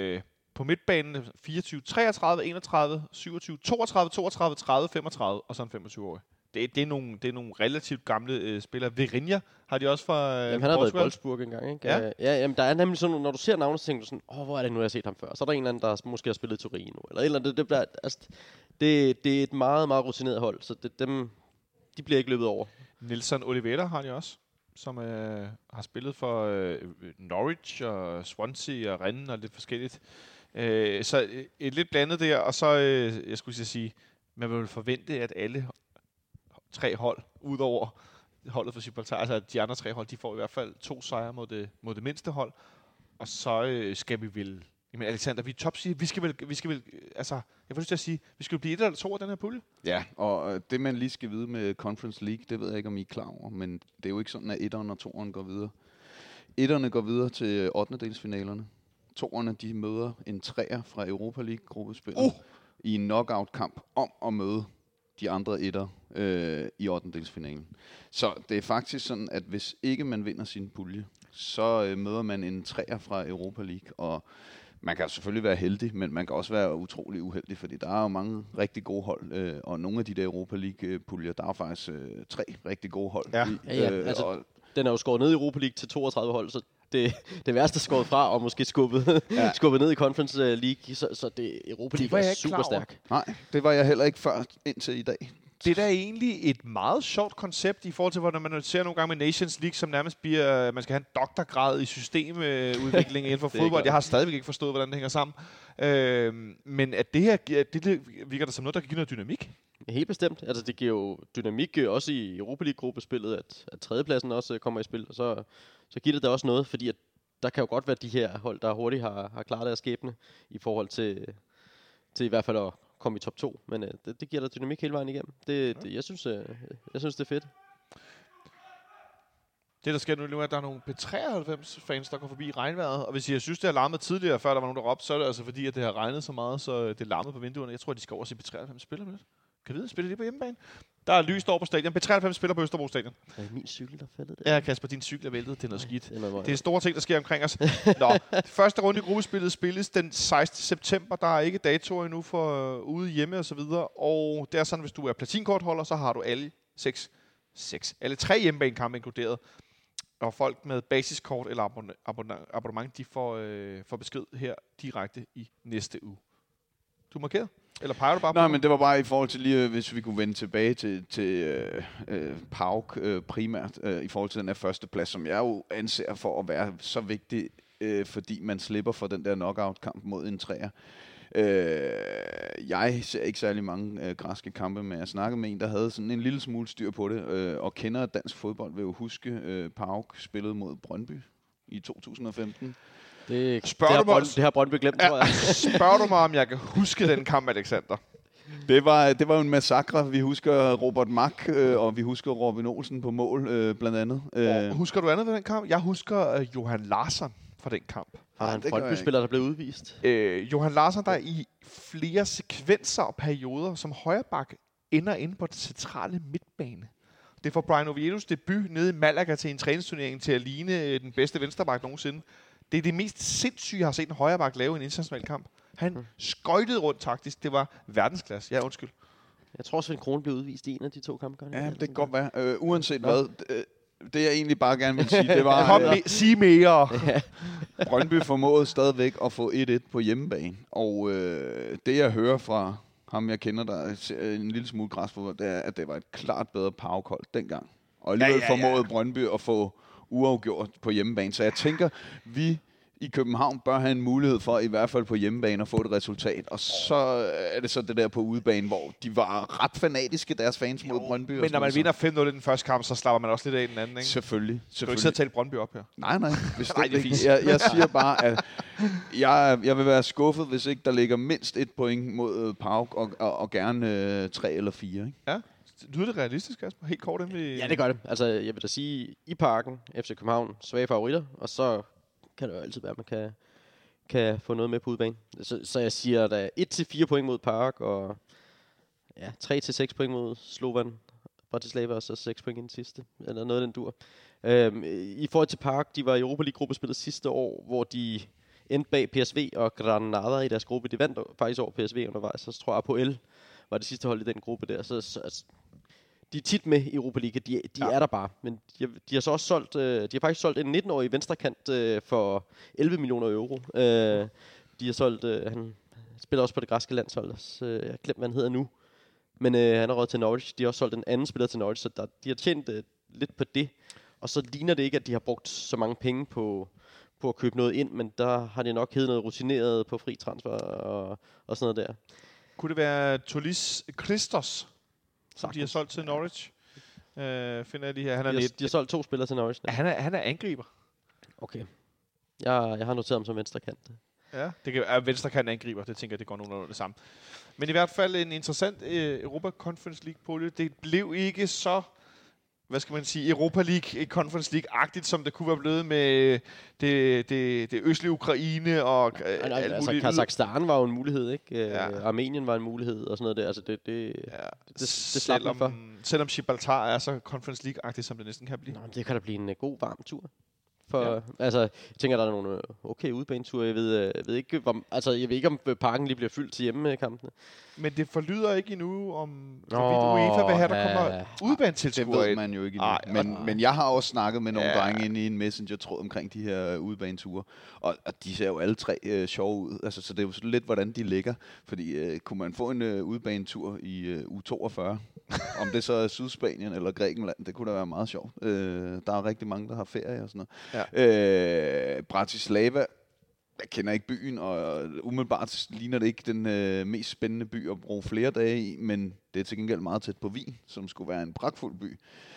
På midtbanen 24, 33, 31, 27, 32, 32, 30, 35 og så en 25-årig. Det er nogle relativt gamle spillere. Virinha har de også fra Jamen, han har været i Wolfsburg engang, ikke? Ja. Jamen, der er nemlig sådan, når du ser navnet, så tænker du sådan, hvor er det nu, jeg har set ham før? Så er der en eller anden, der måske har spillet i Torino, eller et eller andet. Det er et meget, meget rutineret hold, så de bliver ikke løbet over. Nelson Oliveira har de også, som har spillet for Norwich og Swansea og Rennes og lidt forskelligt. Så et lidt blandet der, og så, jeg skulle sige, man vil forvente, at alle 3 hold, udover holdet for Gibraltar, altså de andre 3 hold, de får i hvert fald 2 sejre mod det mindste hold. Og så skal vi vel... Jamen Alexander, vi er topseed. Vi skal vel... Altså, jeg får lyst til at sige, vi skal jo blive 1 eller 2 af den her pulje. Ja, og det man lige skal vide med Conference League, det ved jeg ikke, om I er klar over, men det er jo ikke sådan, at 1'eren og 2'eren går videre. 1'erne går videre til 8. Toerne, de møder en 3'er fra Europa League-gruppespillet i en knockout-kamp om at møde de andre 1'er i 8. Så det er faktisk sådan, at hvis ikke man vinder sin pulje, så møder man en 3'er fra Europa League, og man kan selvfølgelig være heldig, men man kan også være utrolig uheldig, fordi der er jo mange rigtig gode hold, og nogle af de der Europa League-puljer, der er faktisk 3 rigtig gode hold. Ja. Altså, den er jo skåret ned i Europa League til 32 hold, så det værste er skåret fra, og måske skubbet ned i Conference League, så det Europa League er super stærk. Nej, det var jeg heller ikke før indtil i dag. Det er da egentlig et meget sjovt koncept i forhold til, hvordan man ser nogle gange med Nations League, som nærmest bliver, man skal have en doktorgrad i systemudvikling inden for fodbold. Jeg har stadigvæk ikke forstået, hvordan det hænger sammen. Men at det her det virker der som noget, der kan give noget dynamik? Helt bestemt. Altså det giver jo dynamik også i Europa League-gruppespillet, at tredjepladsen også kommer i spil, og så giver det da også noget, fordi at der kan jo godt være de her hold, der hurtigt har klaret deres skæbne i forhold til i hvert fald at komme i top 2, men det giver der dynamik hele vejen igennem. Jeg synes, det er fedt. Det, der sker nu, er, at der er nogle P93-fans, der går forbi regnvejret, og hvis jeg synes, det har larmet tidligere, før der var nogen, der råbte, så er det altså fordi, at det har regnet så meget, så det larmede på vinduerne. Jeg tror, de skal over og se P93 spiller med det. Kan vi vide, spiller de på hjemmebane? Der er lyst over på stadion. P93 spiller på Østerbro Stadion. Er det min cykel, der faldet der? Ja, Kasper, din cykel er væltet. Det er noget skidt. Det er store ting, der sker omkring os. Nå, første runde i gruppespillet spilles den 16. september. Der er ikke datoer endnu for ude hjemme og så videre. Og det er sådan, hvis du er platinkortholder, så har du alle alle 3 hjemmebanekampe inkluderet. Og folk med basiskort eller abonnement, de får besked her direkte i næste uge. Du er markeret? Eller peger du bare på? Nej, men det var bare i forhold til lige, hvis vi kunne vende tilbage til PAOK primært, i forhold til den her første plads, som jeg jo anser for at være så vigtig, fordi man slipper for den der knockout-kamp mod en 3'er. Jeg ser ikke særlig mange græske kampe, men jeg snakkede med en, der havde sådan en lille smule styr på det, og kender dansk fodbold, vil jo huske, PAOK spillede mod Brøndby i 2015. Det har Brøndby glemt, tror jeg. Spørger du mig, om jeg kan huske den kamp, Alexander? Det var jo en massakre. Vi husker Robert Mack, og vi husker Robin Olsen på mål, blandt andet. Husker du andet ved den kamp? Jeg husker Johan Larsson fra den kamp. Var der en Brøndby-spiller, der blev udvist? Johan Larsson, der i flere sekvenser og perioder som højreback ender inde på den centrale midtbane. Det får Brian Oviedos debut nede i Malaga til en træningsturnering til at ligne den bedste venstreback nogensinde. Det er det mest sindssyge, jeg har set en højreback lave i en international kamp. Han skøjtede rundt taktisk. Det var verdensklasse. Ja, undskyld. Jeg tror, Svend Krone blev udvist i en af de 2 kampe. Ja, det kan godt være. Uanset hvad, det jeg egentlig bare gerne vil sige, det var... Sig mere! Brøndby formåede stadigvæk at få 1-1 på hjemmebane. Og det jeg hører fra ham, jeg kender, der en lille smule græsfodbold, det er, at det var et klart bedre PAOK-hold dengang. Og alligevel formåede Brøndby at få uafgjort på hjemmebane. Så jeg tænker, vi i København bør have en mulighed for i hvert fald på hjemmebane at få et resultat. Og så er det så det der på udebane, hvor de var ret fanatiske, deres fans mod Brøndby. Men når man vinder 5-0 i den første kamp, så slapper man også lidt af i den anden, ikke? Selvfølgelig. Skal du ikke sidde og tale Brøndby op her? Nej. Jeg siger bare, at jeg vil være skuffet, hvis ikke der ligger mindst 1 point mod PAOK, og gerne 3 eller 4. Ikke? Ja. Lyder det realistisk, Kasper? Helt kort inden vi... Ja, det gør det. Altså, jeg vil da sige, i Parken, FC København, svage favoritter, og så kan det jo altid være, at man kan få noget med på udebane. Så jeg siger, at der er 1-4 point mod Park, og 3-6 point mod Slovan Bratislava, og så 6 point i den sidste, eller noget af den dur. I forhold til Park, de var i Europa League-gruppespillet sidste år, hvor de endte bag PSV og Granada i deres gruppe. De vandt faktisk over PSV undervejs, så tror jeg APOEL var det sidste hold i den gruppe der. Så altså, de er tit med i Europa League, de er der bare. Men de har så også solgt, de har faktisk solgt en 19-årig venstrekant for 11 millioner euro. De har solgt, han spiller også på det græske landshold, så jeg har glemt, hvad han hedder nu. Men han har råd til Norwich. De har også solgt en anden spiller til Norwich, så de har tjent lidt på det. Og så ligner det ikke, at de har brugt så mange penge på at købe noget ind, men der har de nok heddet noget rutineret på fri transfer og sådan noget der. Kunne det være Tolis Christos, som de har solgt til Norwich? Finder jeg lige her. De har solgt 2 spillere til Norwich. Ja, han er angriber. Okay. Jeg har noteret ham som venstrekant. Ja, det kan være venstrekant angriber. Det tænker jeg, det går nogenlunde det samme. Men i hvert fald en interessant Europa Conference League-pulje. Det blev ikke så, hvad skal man sige, Europa League, Conference League-agtigt, som det kunne være blevet med det østlige Ukraine og altså Kazakhstan var jo en mulighed, ikke? Armenien var en mulighed og sådan noget der. Altså det selvom Gibraltar er så Conference League-agtigt, som det næsten kan blive. Nå, det kan da blive en god, varm tur. Altså, jeg tænker, der er nogle okay udbaneture. Jeg ved ikke, om parken lige bliver fyldt til hjemmekampene. Men det forlyder ikke endnu, om UEFA vil have, der kommer udbanetilskuere. Det ved man jo ikke endnu. Men jeg har også snakket med nogle drenge inde i en messenger-tråd omkring de her udbaneture. Og de ser jo alle 3 sjove ud. Altså, så det er jo lidt, hvordan de ligger. Fordi kunne man få en udbanetur i U42, om det så er Sydspanien eller Grækenland, det kunne da være meget sjovt. Der er rigtig mange, der har ferie og sådan noget. Ja. Bratislava, jeg kender ikke byen, og umiddelbart ligner det ikke den mest spændende by at bruge flere dage i, men det er til gengæld meget tæt på Wien, som skulle være en pragtfuld by.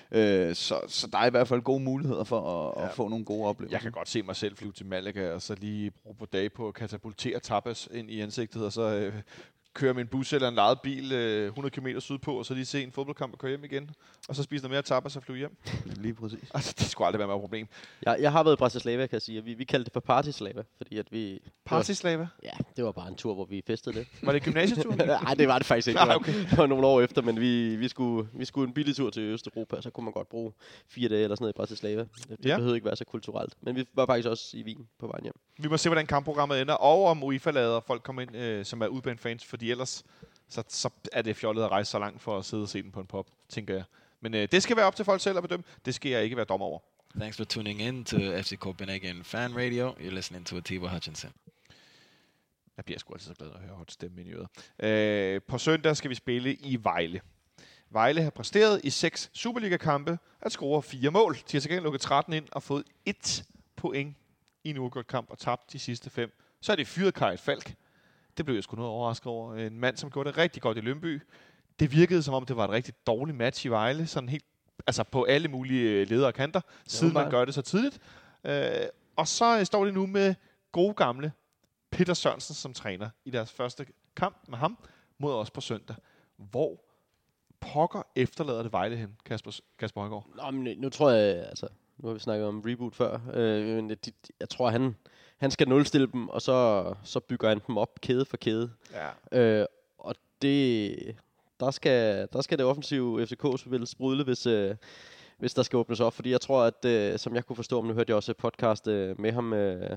Så der er i hvert fald gode muligheder for at få nogle gode oplevelser. Jeg kan godt se mig selv flyve til Malaga, og så lige bruge på dage på at katapultere tapas ind i ansigtet, og så køre med en bus eller en lejet bil 100 km sydpå, og så lige se en fodboldkamp og køre hjem igen. Og så spise noget mere tapas og flyve hjem. Lige præcis. Altså, det skulle aldrig være med et problem. Jeg har været i Bratislava, kan jeg sige. Vi kaldte det for Partyslava, fordi at vi... Partyslava? Ja, det var bare en tur, hvor vi festede det. Var det gymnasietur? Nej, det var det faktisk ikke. Nej, okay. Det var nogle år efter, men vi skulle en billig tur til Østeuropa, så kunne man godt bruge 4 dage eller sådan noget i Bratislava. Det behøvede ikke være så kulturelt. Men vi var faktisk også i Wien på vejen hjem. Vi må se, hvordan kampprogrammet ender, og om UEFA lader folk komme ind, som er udbanefans, fordi ellers så er det fjollet at rejse så langt for at sidde og se den på en pop, tænker jeg. Men det skal være op til folk selv at bedømme. Det skal jeg ikke være dommer over. Thanks for tuning in to FC Copenhagen Fan Radio. You're listening to Atiba Hutchinson. Jeg bliver sgu altid så glad at høre hot stemme ind i øret. På søndag skal vi spille i Vejle. Vejle har præsteret i 6 Superliga-kampe at score 4 mål. De har til gengæld lukket 13 ind og fået 1 point i en uafgjort kamp og tabt de sidste 5. Så er det fyret Kajt Falk. Det blev jeg sgu noget overrasket over. En mand, som gjorde det rigtig godt i Lyngby. Det virkede som om, det var et rigtig dårligt match i Vejle. Sådan helt, altså på alle mulige ledere og kanter, siden man gør det så tidligt. Og så står de nu med gode gamle Peter Sørensen som træner i deres første kamp med ham mod os på søndag. Hvor pokker efterlader det Vejle hen, Kasper Højgaard? Nå, men nu tror jeg, altså, nu har vi snakket om reboot før, jeg tror, han skal nulstille dem, og så bygger han dem op kæde for kæde. Ja. Og der skal det offensive FCK-spil sprudle, hvis der skal åbnes op. Fordi jeg tror, at som jeg kunne forstå, nu hørte jeg også et podcast med ham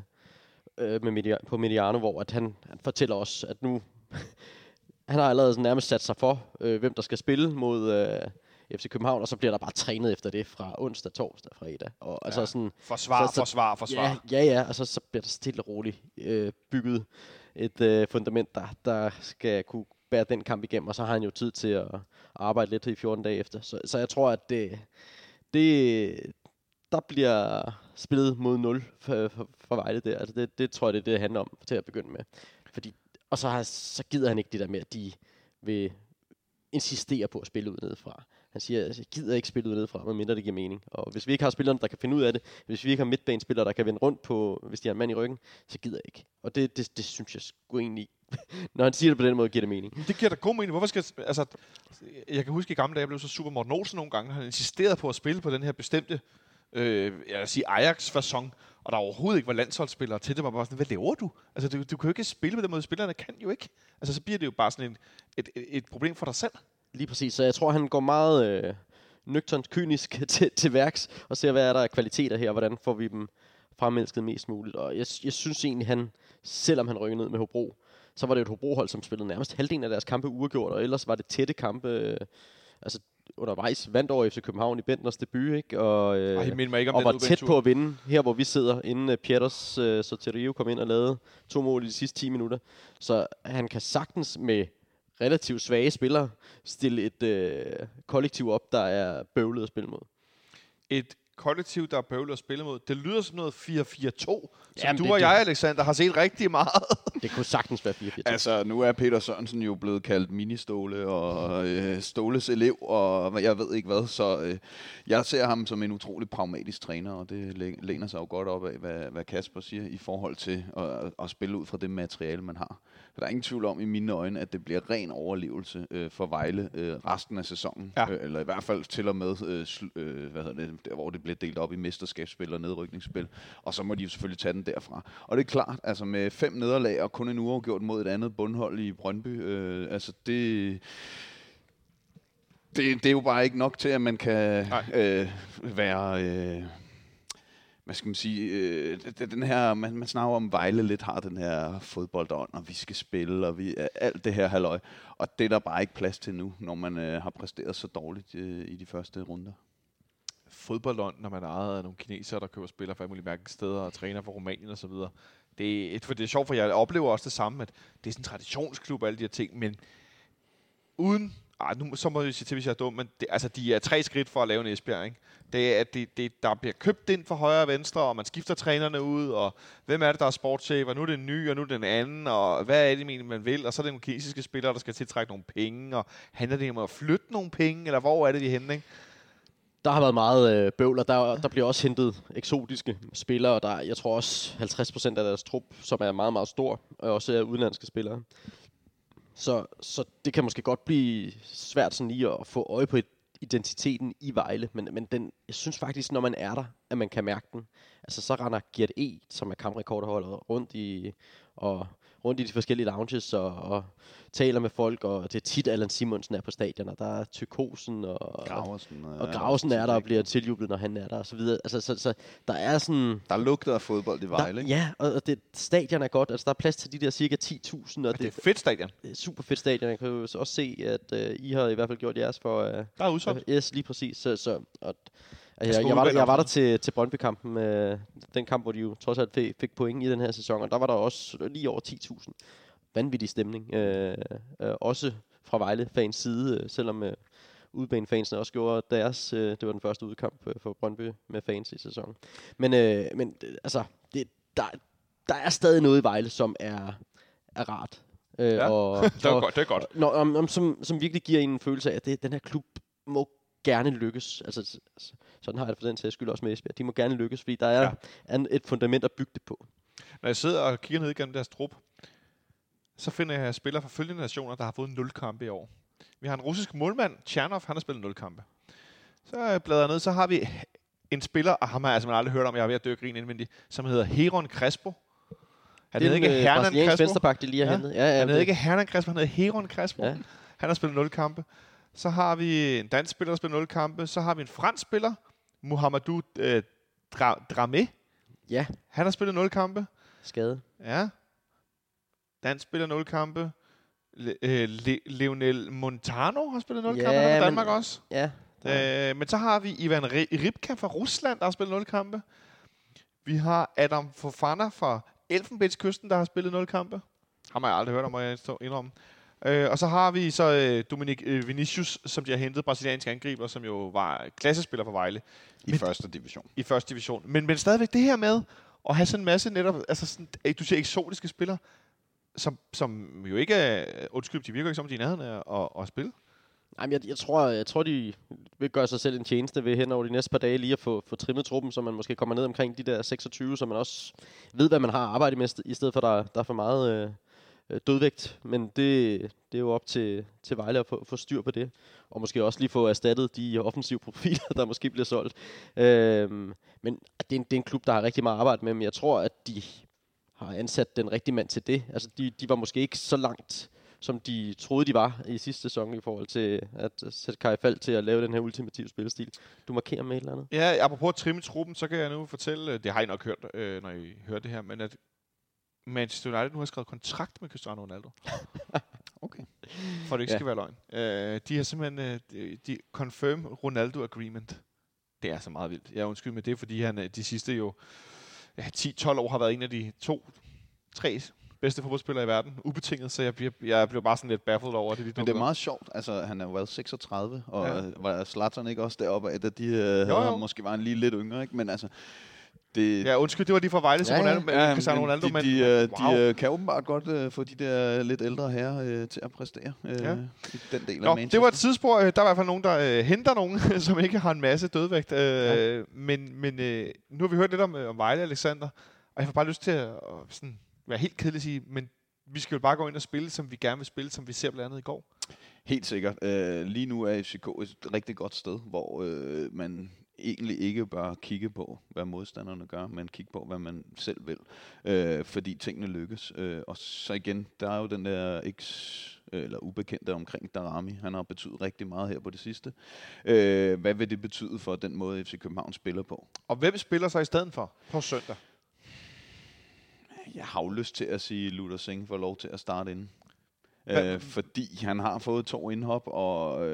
på Mediano, hvor at han fortæller os, at nu han har allerede nærmest sat sig for, hvem der skal spille mod FC København, og så bliver der bare trænet efter det fra onsdag, torsdag, fredag. Og altså sådan forsvar. Ja, og så bliver der stille og roligt bygget et fundament, der skal kunne bære den kamp igennem, og så har han jo tid til at arbejde lidt i 14 dage efter. Så jeg tror, at der bliver spillet mod 0 for Vejle der. Altså det tror jeg, det handler om til at begynde med. Fordi, og så gider han ikke det der med, at de vil insistere på at spille ud nedefra. Han siger, at jeg gider ikke spille ud nedefra, medmindre det giver mening. Og hvis vi ikke har spillerne, der kan finde ud af det, hvis vi ikke har midtbanespillere, der kan vende rundt på, hvis de har en mand i ryggen, så gider jeg ikke. Og det synes jeg sgu egentlig, når han siger det på den måde, giver det mening. Det giver da god mening. Hvorfor skal jeg kan huske i gamle dage, jeg blev så super Morten Olsen nogle gange, han insisterede på at spille på den her bestemte Ajax-façon, og der overhovedet ikke var landsholdsspillere til det. Var bare sådan, hvad laver du? Altså, du kan jo ikke spille på den måde, spillerne kan jo ikke. Altså, så bliver det jo bare sådan et problem for dig selv. Lige præcis, så jeg tror, han går meget nøgternt, kynisk til værks, og ser, hvad er der af kvaliteter her, og hvordan får vi dem fremelsket mest muligt. Og jeg synes egentlig, han selvom han rykkede ned med Hobro. Så var det et Hobro-hold, som spillede nærmest halvdelen af deres kampe uafgjort, og ellers var det tætte kampe. Altså undervejs vandt over FC København i Bentners debut, ikke? Og var tæt på at vinde, her hvor vi sidder, inden Pieters Soterio kom ind og lavede 2 mål i de sidste 10 minutter. Så han kan sagtens med relativt svage spillere stille et kollektiv op, der er bøvlet at spille mod. Et kollektiv, der er bøvlet at spille mod. Det lyder som noget 4-4-2, som du og jeg, Alexander, har set rigtig meget. Det kunne sagtens være 4-4-2. Altså, nu er Peter Sørensen jo blevet kaldt ministåle og Ståles elev, og jeg ved ikke hvad, så jeg ser ham som en utrolig pragmatisk træner, og det læner sig jo godt op af, hvad Kasper siger i forhold til at spille ud fra det materiale, man har. For der er ingen tvivl om i mine øjne, at det bliver ren overlevelse for Vejle resten af sæsonen, eller i hvert fald til og med, der, hvor det bliver delt op i mesterskabsspil og nedrykningsspil, og så må de jo selvfølgelig tage den derfra. Og det er klart, altså med 5 nederlag og kun en uafgjort mod et andet bundhold i Brøndby, altså det er jo bare ikke nok til, at man kan være... hvad skal man sige, den her, man snakker om Vejle lidt har den her fodboldånd, og vi skal spille, og alt det her halløj. Og det er der bare ikke plads til nu, når man har præsteret så dårligt i de første runder. Fodboldånd, når man ejer nogle kinesere, der køber spillere fra alle mulige mærkelige steder, og træner for Rumænien og så videre. Det er sjovt, for jeg oplever også det samme, at det er sådan en traditionsklub og alle de her ting, men uden... nu så må jeg sige til, hvis jeg er dum, men de er 3 skridt for at lave en Esbjerg, ikke? Det er, at der bliver købt ind for højre og venstre, og man skifter trænerne ud, og hvem er det, der er sportschef, og nu er det en ny, og nu er det den anden, og hvad er det egentlig, man vil, og så er det nogle kinesiske spillere, der skal tiltrække nogle penge, og handler det om at flytte nogle penge, eller hvor er det, de henne, ikke? Der har været meget bøvl, og der bliver også hentet eksotiske spillere, og der, jeg tror også 50% af deres trup, som er meget, meget stor, og også er udenlandske spillere. Så det kan måske godt blive svært sådan lige at få øje på identiteten i Vejle, men jeg synes faktisk, når man er der, at man kan mærke den. Altså så render Gert E., som er kamprekordholder, rundt i de forskellige lounges og taler med folk, og det er tit Allan Simonsen er på stadion, og der er Tykosen og Graversen er der og bliver tiljublet, når han er der og så videre. Altså så der er sådan... Der lugter af fodbold i Vejle, ikke? Ja, og stadion er godt. Altså der er plads til de der cirka 10.000. Og det er fedt stadion. Det er super fedt stadion. Jeg kan jo også se, at I har i hvert fald gjort jeres for... der er udsolgt. Yes, lige præcis. Jeg var der til Brøndby-kampen, den kamp, hvor de jo trods alt fik point i den her sæson, og der var der også lige over 10.000. Vanvittig stemning. Også fra Vejle-fans side, selvom udebanefansene også gjorde deres. Det var den første udkamp for Brøndby med fans i sæsonen. Men altså, der er stadig noget i Vejle, som er rart. Det er godt. Som virkelig giver en følelse af, at den her klub må gerne lykkes. Altså, sådan har jeg det for den sags skyld også med Esbjerg. De må gerne lykkes, fordi der er et fundament at bygge det på. Når jeg sidder og kigger ned igennem deres trup, så finder jeg spillere fra følgende nationer, der har fået 0 kampe i år. Vi har en russisk målmand, Tjernov, han har spillet 0 kampe. Så bladrer jeg ned, så har vi en spiller, og ham har jeg simpelthen aldrig hørt om, jeg er ved at dø af grin indvendigt, som hedder Heron Crespo. Han hedder ikke Hernan Crespo. Han hedder ikke Hernan Crespo, han hedder Heron Crespo. Ja. Han har spillet 0 kampe. Så har vi en dansk spiller, der spiller 0 kampe. Så har vi en fransk spiller, Mohamedou Dramé. Ja. Han har spillet 0 kampe. Skade. Ja. Dansk spiller 0 kampe. Leonel Montano har spillet 0 kampe. Han er Danmark også. Ja. Men så har vi Ivan Ribka fra Rusland, der har spillet 0 kampe. Vi har Adam Fofana fra Elfenbenskysten, der har spillet 0 kampe. Ham har jeg aldrig hørt om, må jeg indrømme. Og så har vi så Dominic Vinicius, som de har hentet, brasilianske angriber, som jo var klassespiller for Vejle. I første division. I første division. Men stadigvæk det her med at have sådan en masse netop, altså sådan, du siger eksotiske spillere, som jo ikke er, undskyld, de virker ikke som de er i nærheden af at spille. Nej, jeg tror, de vil gøre sig selv en tjeneste ved hen over de næste par dage lige at få trimmet truppen, så man måske kommer ned omkring de der 26, så man også ved, hvad man har arbejdet med, i stedet for, der er for meget dødvægt. Men det er jo op til Vejle at få styr på det, og måske også lige få erstattet de offensive profiler, der måske bliver solgt. Men det er en klub, der har rigtig meget arbejde med, men jeg tror, at de har ansat den rigtige mand til det. Altså, de var måske ikke så langt, som de troede, de var i sidste sæson, i forhold til at sætte Kai Falk til at lave den her ultimative spillestil. Du markerer med et eller andet? Ja, apropos at trimme truppen, så kan jeg nu fortælle, det har I nok hørt, når I hører det her, men at Manchester United nu har skrevet kontrakt med Cristiano Ronaldo. Okay. For det ikke skal være løgn. De har simpelthen de confirm Ronaldo agreement. Det er så meget vildt. Jeg er undskyld med det, fordi han de sidste jo 10-12 år har været en af de 2-3 bedste fodboldspillere i verden. Ubetinget, så jeg blev bare sådan lidt baffled over det. Men det er meget sjovt. Altså, han er jo været 36, og var Zlatan ikke også deroppe, at de havde måske var en lige lidt yngre, ikke? Men altså... Ja, undskyld, det var de fra Vejle til Cristiano Ronaldo, men de kan åbenbart godt få de der lidt ældre herrer til at præstere i den del af Manchester. Det var et tidsspor. Der er i hvert fald nogen, der henter nogen, som ikke har en masse dødvægt. Men nu har vi hørt lidt om Vejle, Alexander, og jeg får bare lyst til at sådan, være helt kedelig at sige, men vi skal jo bare gå ind og spille, som vi gerne vil spille, som vi ser blandt andet i går. Helt sikkert. Lige nu er FCK et rigtig godt sted, hvor man egentlig ikke bør kigge på, hvad modstanderne gør, men kigge på, hvad man selv vil, fordi tingene lykkes. Og så igen, der er jo den der eller ubekendte omkring Darami. Han har betydet rigtig meget her på det sidste. Hvad vil det betyde for den måde, FC København spiller på? Og hvem spiller så i stedet for på søndag? Jeg har jo lyst til at sige, at Luther Singh får lov til at starte inden. Fordi han har fået 2 indhop, og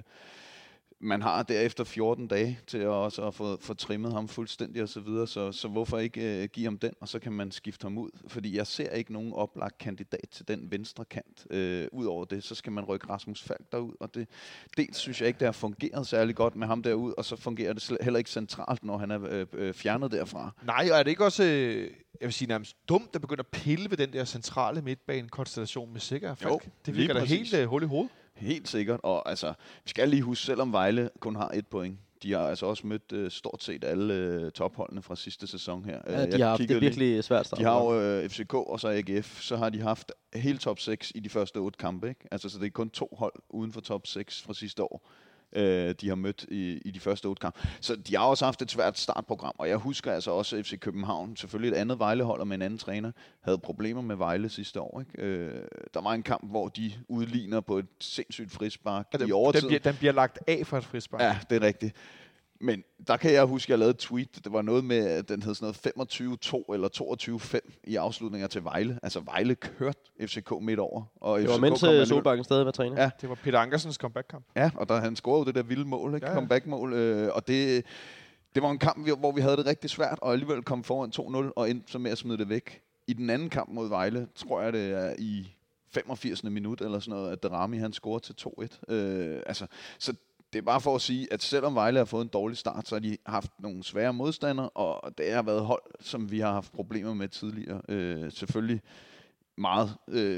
man har derefter 14 dage til at også få trimmet ham fuldstændig og så videre, så hvorfor ikke give ham den, og så kan man skifte ham ud, fordi jeg ser ikke nogen oplagt kandidat til den venstre kant. Udover det, så skal man rykke Rasmus Falk derud, og dels synes jeg ikke, det har fungeret særlig godt med ham derud, og så fungerer det heller ikke centralt, når han er fjernet derfra. Nej, og er det ikke også, jeg vil sige nærmest dumt, at begynde at pille ved den der centrale midtbane-konstellation med Sikker og Falk? Jo, det virker da helt hul i hovedet. Helt sikkert, og altså, vi skal lige huske, selvom Vejle kun har 1 point, de har altså også mødt stort set alle topholdene fra sidste sæson her. Ja, de har haft det virkelig svært start. De har jo FCK og så AGF, så har de haft hele top 6 i de første 8 kampe, ikke? Altså, så det er kun 2 hold uden for top 6 fra sidste år, de har mødt i de første 8 kampe. Så de har også haft et svært startprogram, og jeg husker altså også FC København, selvfølgelig et andet Vejlehold og med en anden træner, havde problemer med Vejle sidste år, ikke? Der var en kamp, hvor de udligner på et sindssygt frispark i overtid. Den bliver lagt af for et frispark. Ja, det er rigtigt. Men der kan jeg huske, at jeg lavede et tweet. Det var noget med, at den hed sådan noget 25-2 eller 22-5 i afslutninger til Vejle. Altså Vejle kørte FCK midt over. Og det var mens Solbakken stadig var træner. Ja. Det var Peter Ankersens comeback-kamp. Ja, og han scorede jo det der vilde mål, ikke? Ja. Comeback-mål. Og det var en kamp, hvor vi havde det rigtig svært, og alligevel kom foran 2-0 og endte så med at smide det væk. I den anden kamp mod Vejle, tror jeg, det er i 85. minut eller sådan noget, at Darami han scorer til 2-1. Så det er bare for at sige, at selvom Vejle har fået en dårlig start, så har de haft nogle svære modstandere, og det har været hold, som vi har haft problemer med tidligere. Selvfølgelig meget.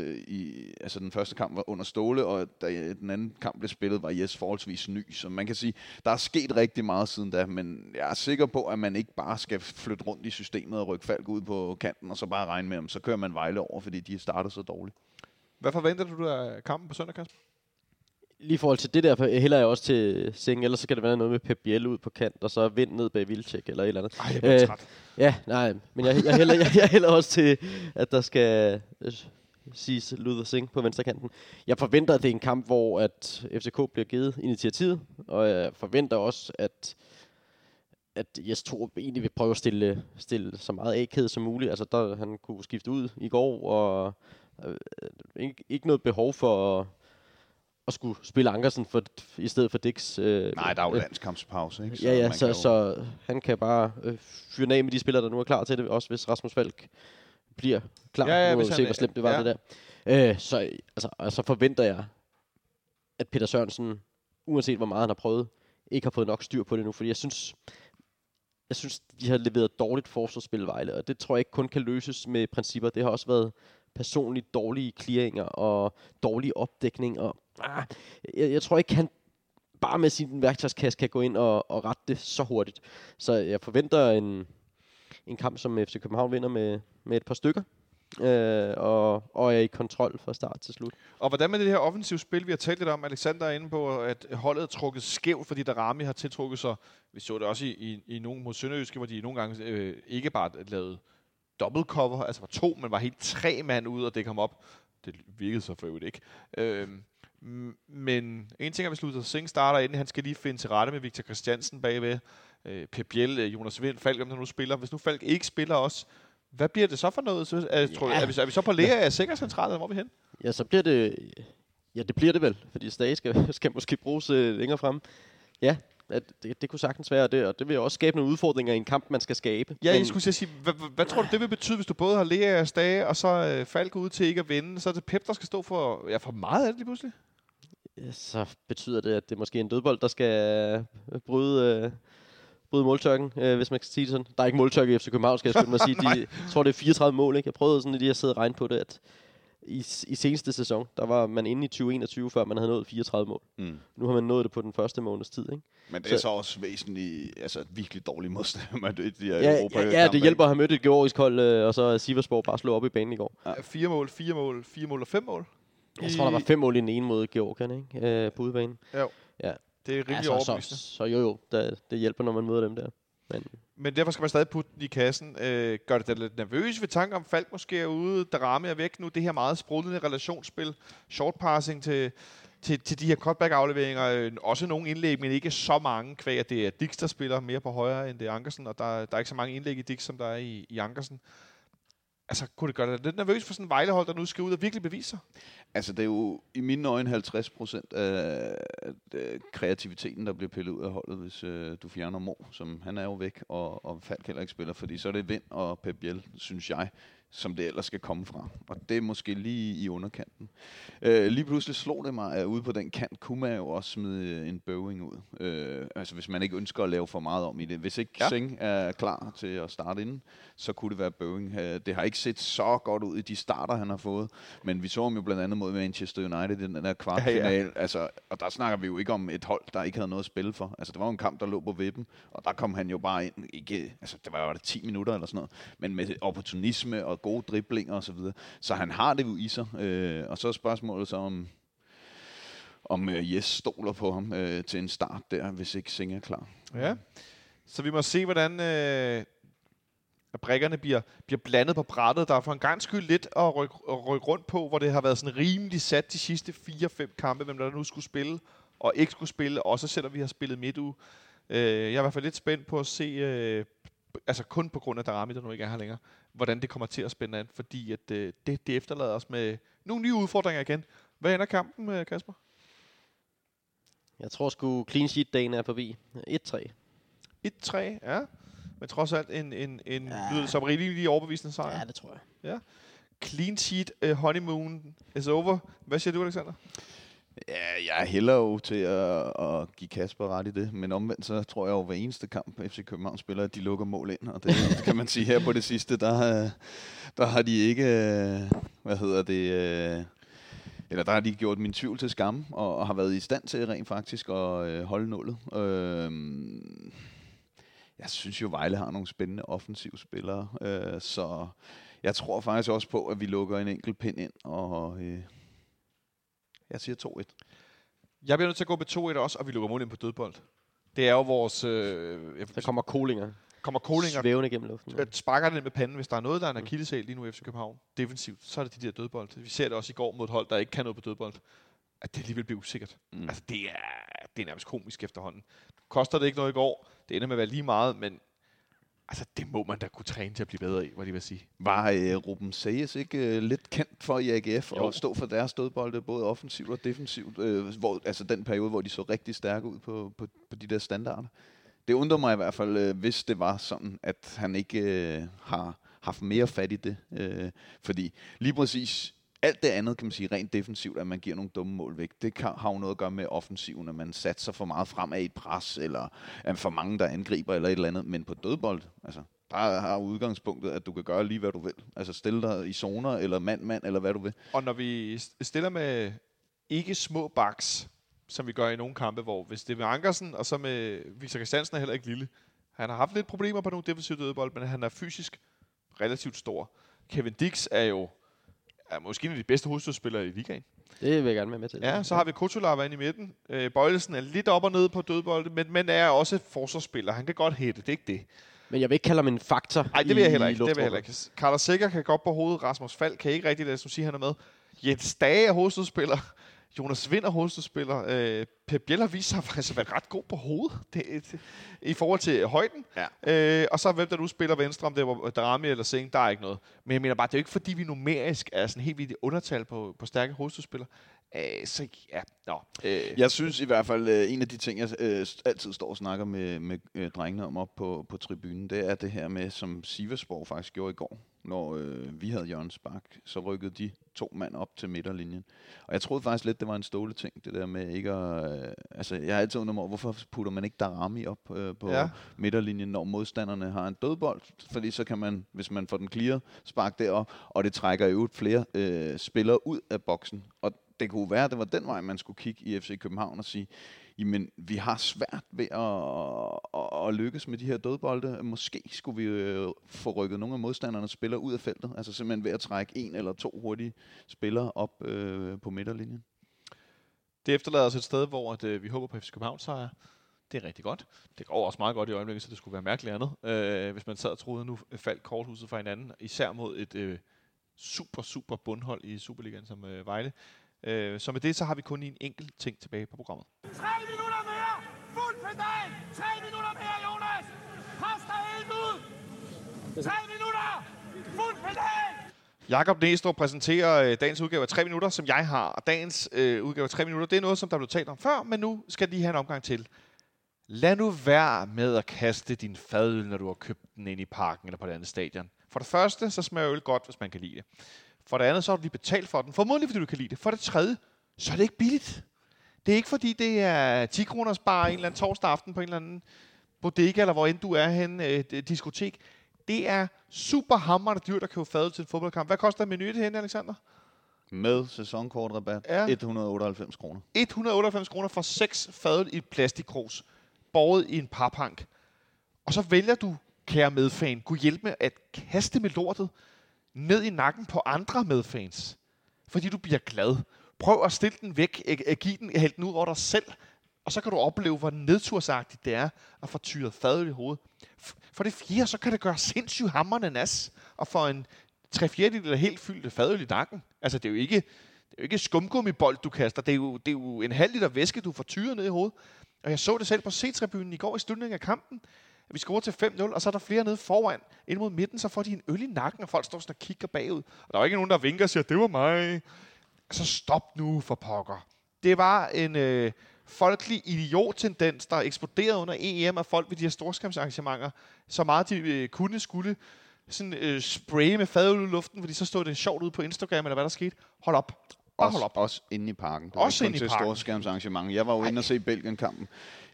Altså den første kamp var under Ståle, og da den anden kamp blev spillet, var Jes forholdsvis ny. Så man kan sige, der er sket rigtig meget siden da, men jeg er sikker på, at man ikke bare skal flytte rundt i systemet og rykke Falk ud på kanten, og så bare regne med dem. Så kører man Vejle over, fordi de starter så dårligt. Hvad forventer du af kampen på søndag, Kasper? Lige i forhold til det der, hælder jeg også til Singh, ellers så kan det være noget med Pep Biel ud på kant, og så vind ned bag Wilczek eller et eller andet. Ej, jeg bliver træt. Ja, nej, men jeg hælder også til, at der skal siges Luther Singh på venstrekanten. Jeg forventer, at det er en kamp, hvor at FCK bliver givet initiativet, og jeg forventer også, at Jes Torup egentlig vil prøve at stille så meget A-kæde som muligt. Altså, han kunne skifte ud i går, og ikke noget behov for at skulle spille Ankersen i stedet for Dix. Nej, der er jo landskampspause, ikke? Så han kan bare fyre af med de spillere, der nu er klar til det, også hvis Rasmus Falk bliver klar. Ja, nu se, hvor slemt det var det der. Så forventer jeg, at Peter Sørensen, uanset hvor meget han har prøvet, ikke har fået nok styr på det nu, fordi jeg synes, de har leveret dårligt forsvarsspil Vejle, og det tror jeg ikke kun kan løses med principper. Det har også været personligt dårlige clearinger og dårlig opdækning, og jeg tror ikke, han bare med sin værktøjskasse kan gå ind og rette det så hurtigt. Så jeg forventer en kamp, som FC København vinder med et par stykker, og er i kontrol fra start til slut. Og hvordan med det her offensivt spil, vi har talt lidt om, Alexander er inde på, at holdet er trukket skævt, fordi Darami har tiltrukket sig, vi så det også i nogle mod Sønderjyske, hvor de nogle gange ikke bare lavede double cover, altså var 2, men var helt 3 mand ude og dække ham op. Det virkede så for øvrigt ikke. Men en ting er, hvis Luther Singh starter inden, han skal lige finde til rette med Victor Christiansen bagved, Pep Biel, Jonas Vind, Falk, om der nu spiller. Hvis nu Falk ikke spiller også, Hvad bliver det så for noget? Er vi så på læger af sikkerhedscentralen, eller hvor er vi hen? Ja, så bliver det... Ja, det bliver det vel, fordi Stage skal måske bruges længere frem. Ja, det kunne sagtens være det, og det vil også skabe nogle udfordringer i en kamp, man skal skabe. Ja, jeg skulle sige, hvad tror du, det vil betyde, hvis du både har læger af Stage, og så Falk ud til ikke at vinde, så er det Pep, der skal stå for meget af det lige pludselig? Ja, så betyder det, at det måske er en dødbold, der skal bryde måltørken, hvis man kan sige det sådan. Der er ikke måltørke i FC København, skal jeg skynde mig at sige. Jeg tror, det er 34 mål, ikke? Jeg prøvede sådan lige at sidde og regne på det, at i seneste sæson, der var man inde i 2021, før man havde nået 34 mål. Nu har man nået det på den første måneds tid, ikke? Men det er så også væsentligt, altså et virkelig dårligt modstand. Ja, det hjælper at have mødt et georgisk hold, og så Sivasspor bare slå op i banen i går. Ja. 4 mål og 5 mål? Jeg tror, der var 5 mål i den ene mod Georgien, ikke? På udebanen. Jo. Ja. Det er rimelig overbevisende. Så jo, det hjælper, når man møder dem der. Men derfor skal man stadig putte den i kassen. Gør det da lidt nervøs ved tanke om, Falk måske er ude, Darami er væk nu. Det her meget sprudlende relationsspil, short passing til de her cutback-afleveringer. Også nogle indlæg, men ikke så mange kvæg. Det er Dix, der spiller mere på højre, end det er Ankersen, og der er ikke så mange indlæg i Dix, som der er i Ankersen. Altså, kunne det gøre det lidt nervøs for sådan en Vejlehold, der nu skal ud og virkelig bevise sig? Altså, det er jo i mine øjne 50% af kreativiteten, der bliver pillet ud af holdet, hvis du fjerner Mo, som han er jo væk, og Falk heller ikke spiller, fordi så er det Vind og Pep Biel, synes jeg, som det ellers skal komme fra. Og det er måske lige i underkanten. Lige pludselig slog det mig, at ude på den kant kunne man jo også smide en Boeing ud. Altså hvis man ikke ønsker at lave for meget om i det. Hvis ikke Singh er klar til at starte inden, så kunne det være Boeing. Det har ikke set så godt ud i de starter, han har fået. Men vi så ham jo blandt andet mod Manchester United i den der kvartfinale. Ja. Altså, og der snakker vi jo ikke om et hold, der ikke havde noget at spille for. Altså det var jo en kamp, der lå på vippen. Og der kom han jo bare ind. Altså det var jo 10 minutter eller sådan noget. Men med opportunisme og gode driblinger og så videre. Så han har det jo i sig. Og så er spørgsmålet så om Jes stoler på ham til en start der, hvis ikke Singh er klar. Ja. Så vi må se, hvordan brikkerne bliver blandet på brættet. Der er for en gang skyld lidt at rykke rundt på, hvor det har været sådan rimelig sat de sidste 4-5 kampe, hvem der nu skulle spille og ikke skulle spille, også selvom vi har spillet midtuge. Jeg er i hvert fald lidt spændt på at se, altså kun på grund af Darami, der nu ikke er her længere, hvordan det kommer til at spænde an, fordi at, det efterlader os med nogle nye udfordringer igen. Hvad ender kampen, Kasper? Jeg tror sgu clean sheet-dagen er forbi. 1-3. 1-3, ja. Men trods alt en lyder som rigtig overbevisende sejr. Ja, det tror jeg. Ja. Clean sheet, honeymoon is over. Hvad siger du, Alexander? Ja, jeg hælder jo til at give Kasper ret i det, men omvendt så tror jeg jo, hver eneste kamp FC København spiller, at de lukker mål ind, og det kan man sige her på det sidste, der har de ikke, eller der har de gjort min tvivl til skamme, og har været i stand til rent faktisk at holde nullet. Jeg synes jo, Vejle har nogle spændende offensive spillere, så jeg tror faktisk også på, at vi lukker en enkelt pind ind, og jeg siger 2-1. Jeg bliver nødt til at gå med 2-1 også, og vi lukker mål ind på dødbold. Det er jo vores... Der kommer Kolinger. Svævende gennem luften. Sparker det med panden, hvis der er noget, der er en akilleshæl lige nu i FC København. Defensivt, så er det de der dødbold. Vi ser det også i går mod et hold, der ikke kan noget på dødbold. At det alligevel bliver usikkert. Altså, det er nærmest komisk efterhånden. Koster det ikke noget i går? Det ender med at være lige meget, men altså, det må man da kunne træne til at blive bedre i, hvad de vil sige. Var Ruben Sayes ikke lidt kendt for i AGF at stå for deres dødbolde, både offensivt og defensivt? Altså den periode, hvor de så rigtig stærke ud på de der standarder. Det undrer mig i hvert fald, hvis det var sådan, at han ikke har haft mere fat i det. Fordi lige præcis alt det andet, kan man sige, rent defensivt, at man giver nogle dumme mål væk, det har jo noget at gøre med offensiven, at man satser for meget fremad i et pres, eller for mange, der angriber, eller et eller andet. Men på dødbold, altså, der har udgangspunktet, at du kan gøre lige, hvad du vil. Altså stille dig i zoner, eller mand, eller hvad du vil. Og når vi stiller med ikke små backs, som vi gør i nogle kampe, hvor hvis det er med Ankersen, og så med Victor Christiansen er heller ikke lille. Han har haft lidt problemer på nogle defensive dødbold, men han er fysisk relativt stor. Kevin Dix er jo måske en af de bedste hovedstødspillere i ligaen. Det vil jeg gerne være med til. Ja, så har vi Kutulava inde i midten. Bøjlesen er lidt op og ned på dødbolde, men er også forsvarsspiller. Han kan godt hætte, det er ikke det. Men jeg vil ikke kalde ham en faktor. Nej, det vil jeg heller ikke. Carter Sikker kan gå op på hovedet. Rasmus Falk kan ikke rigtig lade sig sige, han er med. Jens Dage er hovedstødspiller. Jonas Vind er hovedstødspiller. Pep Biel har vist sig faktisk at være ret god på hovedet i forhold til højden. Ja. Og så hvem der nu spiller venstre, om det var Darami eller Singh, der er ikke noget. Men jeg mener bare, det er jo ikke fordi, vi numerisk er sådan helt vildt undertal på stærke hovedstødspillere. Så ja, Jeg synes i hvert fald, en af de ting, jeg altid står og snakker med drengene om op på tribunen, det er det her med, som Sivasborg faktisk gjorde i går. Når vi havde Jørgen Spark, så rykkede de 2 mand op til midterlinjen. Og jeg troede faktisk lidt, det var en Ståle ting, det der med ikke at... jeg har altid undret mig, hvorfor putter man ikke Darami op på midterlinjen, når modstanderne har en dødbold? Fordi så kan man, hvis man får den clear, sparke derop, og det trækker jo flere spillere ud af boksen. Og det kunne være, at det var den vej, man skulle kigge i FC København og sige, jamen, vi har svært ved at lykkes med de her dødbolde. Måske skulle vi få rykket nogle af modstandernes spillere ud af feltet. Altså simpelthen ved at trække 1 eller 2 hurtige spillere op på midterlinjen. Det efterlader os et sted, hvor vi håber på FC København sejr. Det er rigtig godt. Det går også meget godt i øjeblikket, så det skulle være mærkeligt andet. Hvis man sad og troede, nu faldt korthuset fra hinanden, især mod et super bundhold i Superligaen som Vejle. Så med det, så har vi kun en enkelt ting tilbage på programmet. 3 minutter mere! Fuld pedal! 3 minutter mere, Jonas! Pres dig helt ud! 3 minutter! Fuld pedal! Jakob Næstrup præsenterer dagens udgave af 3 minutter, som jeg har. Og dagens udgave af 3 minutter, det er noget, som der blev talt om før, men nu skal de have en omgang til. Lad nu være med at kaste din fadøl, når du har købt den ind i parken eller på det andet stadion. For det første, så smager øl godt, hvis man kan lide det. For det andet, så har du lige betalt for den. Formodentlig, fordi du kan lide det. For det tredje, så er det ikke billigt. Det er ikke, fordi det er 10 kroners bar en eller anden torsdag aften på en eller anden bodega, eller hvor end du er henne, diskotek. Det er super hammerende dyrt at købe fadøl til en fodboldkamp. Hvad koster menuen henne, Alexander? Med sæsonkortrabat, 198 kroner. 198 kroner for 6 fadøl i et plastikkrus, båret i en paphank. Og så vælger du, kære medfan, kunne hjælpe med at kaste med lortet ned i nakken på andre medfans. Fordi du bliver glad. Prøv at stille den væk, give den, hælde den ud over dig selv, og så kan du opleve, hvor nedtursagtigt det er at få tyret fadøl i hovedet. For det fjerde, så kan det gøre sindssygt hamrende nas, og få en 3/4 eller helt fyldt fadøl i nakken. Altså, det er jo ikke skumgummibold, du kaster. Det er jo en halv liter væske, du får tyret ned i hovedet. Og jeg så det selv på C-tribunen i går i slutningen af kampen. Vi scorer til 5-0, og så er der flere nede foran. Ind mod midten, så får de en øl i nakken, og folk står sådan og kigger bagud. Og der er ikke nogen, der vinker og siger, det var mig. Så stop nu for pokker. Det var en folkelig idiottendens, der eksploderede under EM af folk ved de her storskærmsarrangementer. Så meget de skulle sådan spraye med fadøl i luften, fordi så stod det sjovt ud på Instagram, eller hvad der skete. Hold op. Hold op. Også inde i parken. Også inde i til parken. Storskærmsarrangement. Jeg var jo inde og se Belgien-kampen.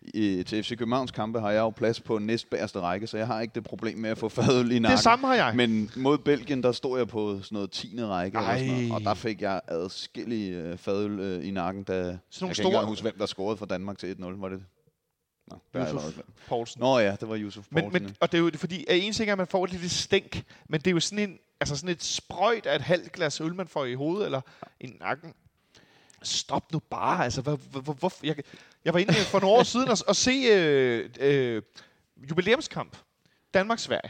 Til FC Københavns kampe har jeg jo plads på næstbærste række, så jeg har ikke det problem med at få fadøl i nakken. Det samme har jeg. Men mod Belgien, der stod jeg på sådan noget 10. række, eller sådan noget, og der fik jeg adskillige fadøl i nakken, da jeg kan ikke engang huske, hvem der scorede for Danmark til 1-0. Var det? Nå, Yusuf Poulsen. Nå ja, det var Yusuf Poulsen. Men, og det er jo fordi, at en ting er, at man får et lille stænk, men det er jo sådan et sprøjt af et halvt glas øl, man får i hovedet eller i nakken. Stop nu bare, altså. Hvorfor? Jeg var inde for nogle år siden og se jubilæumskamp. Danmark-Sverige.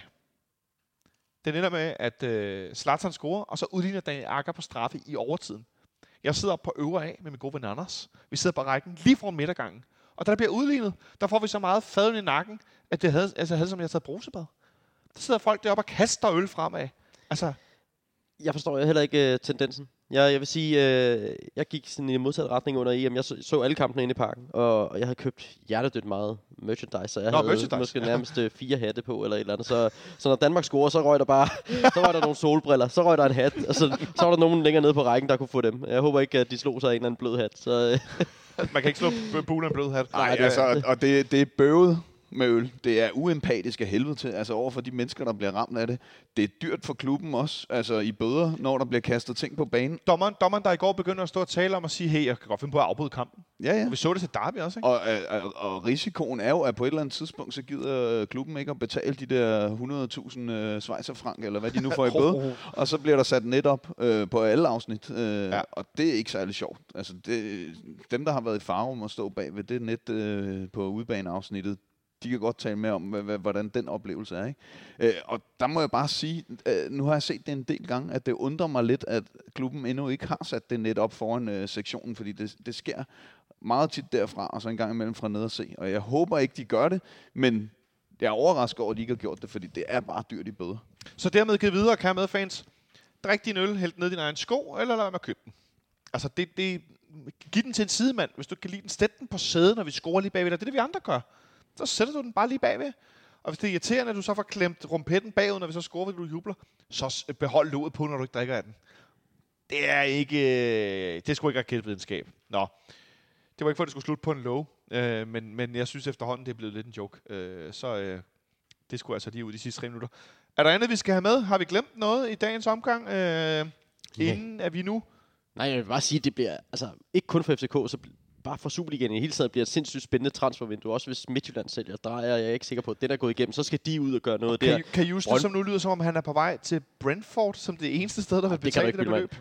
Den ender med, at Zlatan scorer, og så udligner Daniel Agger på straffe i overtiden. Jeg sidder på øvre af med min gode ven Anders. Vi sidder på rækken lige foran midtergangen. Og da der bliver udlignet, der får vi så meget fadøl i nakken, at det havde som jeg taget brusebad. Der sidder folk deroppe og kaster øl fremad. Altså, jeg forstår heller ikke tendensen. Jeg vil sige, jeg gik sådan i modsat retning under EM. Jeg så alle kampene inde i parken, og jeg havde købt hjertedødt meget merchandise, så jeg havde måske nærmest 4 hatte på, eller et eller andet. Så når Danmark scorer, så røg der nogle solbriller, så røg der en hat, og så var der nogen længere nede på rækken, der kunne få dem. Jeg håber ikke, at de slog sig af en eller anden blød hat. Så man kan ikke slå bulen af en blød hat. Nej, altså, og det er bøvet med øl. Det er uempatisk af helvede til, altså overfor de mennesker, der bliver ramt af det. Det er dyrt for klubben også, altså i bøder, når der bliver kastet ting på banen. Dommeren, der i går begynder at stå og tale om at sige, hey, jeg kan godt finde på at afbryde kampen. Ja. Og vi så det til Derby også, ikke? Og risikoen er jo, at på et eller andet tidspunkt, så gider klubben ikke at betale de der 100.000 schweizerfranc, eller hvad de nu får i bøde. Og så bliver der sat net op på alle afsnit. Og det er ikke særlig sjovt. Altså dem, der har været i Farum og stå bag ved det net på udebaneafsnittet, de kan godt tale med om, hvordan den oplevelse er. Ikke? Og der må jeg bare sige, nu har jeg set det en del gange, at det undrer mig lidt, at klubben endnu ikke har sat det net op foran sektionen, fordi det sker meget tit derfra, og så en gang imellem fra ned og se. Og jeg håber ikke, de gør det, men jeg er overrasket over, at de ikke har gjort det, fordi det er bare dyrt i bøder. Så dermed givet videre, kære medfans. Drik din øl, hæld ned i din egen sko, eller lad mig købe den. Altså, giv den til en sidemand. Hvis du kan lide den, sæt den på sædet, når vi scorer lige bagved dig. Det er det, vi andre gør. Så sætter du den bare lige bagved. Og hvis det er irriterende, at du så får klemt rumpetten bagud, når vi så scorer, fordi du jubler, så behold låget på, når du ikke drikker af den. Det er ikke... det er sgu ikke raketvidenskab. Nå. Det var ikke for, at det skulle slutte på en low. Men jeg synes efterhånden, det er blevet lidt en joke. Det skulle altså lige ud de sidste 3 minutter. Er der andet, vi skal have med? Har vi glemt noget i dagens omgang? Inden er vi nu... Nej, jeg vil bare sige, at det bliver altså ikke kun for FCK, så bare for Superligaen i hele taget bliver et sindssygt spændende transfervindue. Også hvis Midtjylland sælger Drejer, jeg er ikke sikker på, at den er gået igennem, så skal de ud og gøre noget der. Kan Juste, som nu lyder som om, han er på vej til Brentford, som det eneste sted, der vil betale det beløb?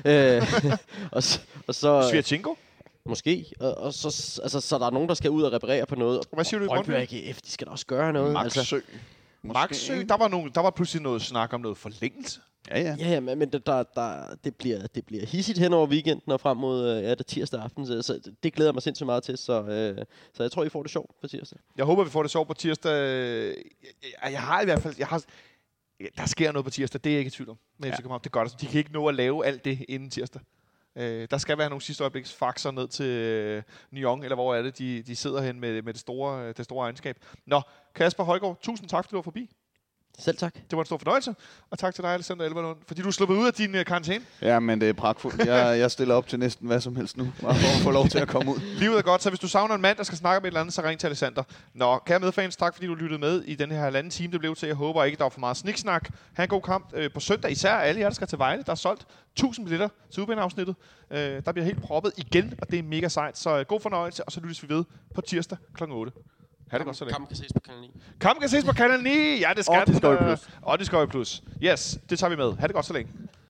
og så Svirchenko? Måske. Og så der er nogen, der skal ud og reparere på noget. Hvad siger du i Brøndby AGF, de skal da også gøre noget. Maxø. Maxø, der var pludselig noget snak om noget forlængelse. Ja, men det bliver hissigt hen over weekenden og frem mod det tirsdag aften, så det glæder mig sindssygt meget til, så jeg tror, I får det sjovt på tirsdag. Jeg håber, vi får det sjovt på tirsdag. Jeg har i hvert fald... der sker noget på tirsdag, det er jeg ikke i tvivl om. Men det gør det. De kan ikke nå at lave alt det inden tirsdag. Der skal være nogle sidste øjebliks faxer ned til Nyon, eller hvor er det, de sidder hen med det store egenskab. Nå, Kasper Højgaard, tusind tak, fordi du var forbi. Selv tak. Det var en stor fornøjelse. Og tak til dig, Alexander Elverlund, fordi du er sluppet ud af din karantæne. Ja, men det er pragtfuldt. Jeg stiller op til næsten hvad som helst nu, bare for at få lov til at komme ud. Livet er godt, så hvis du savner en mand, der skal snakke om et eller andet, så ring til Alexander. Nå, kære medfans, tak fordi du lyttede med i den her halvanden time, det blev til. Jeg håber ikke, der var for meget sniksnak. Ha' en god kamp på søndag. Især alle jer, der skal til Vejle. Der er solgt 1000 billetter til UBN-afsnittet. Der bliver helt proppet igen, og det er mega sejt. Så god fornøjelse, og så lyttes vi ved på tirsdag kl. 8. Ha' det godt så længe. Kampen kan ses på Kanal 9. Kampen kan ses på Kanal 9. Ja, det skal og Discovery Plus. Og Discovery Plus. Yes, det tager vi med. Ha' det godt så længe.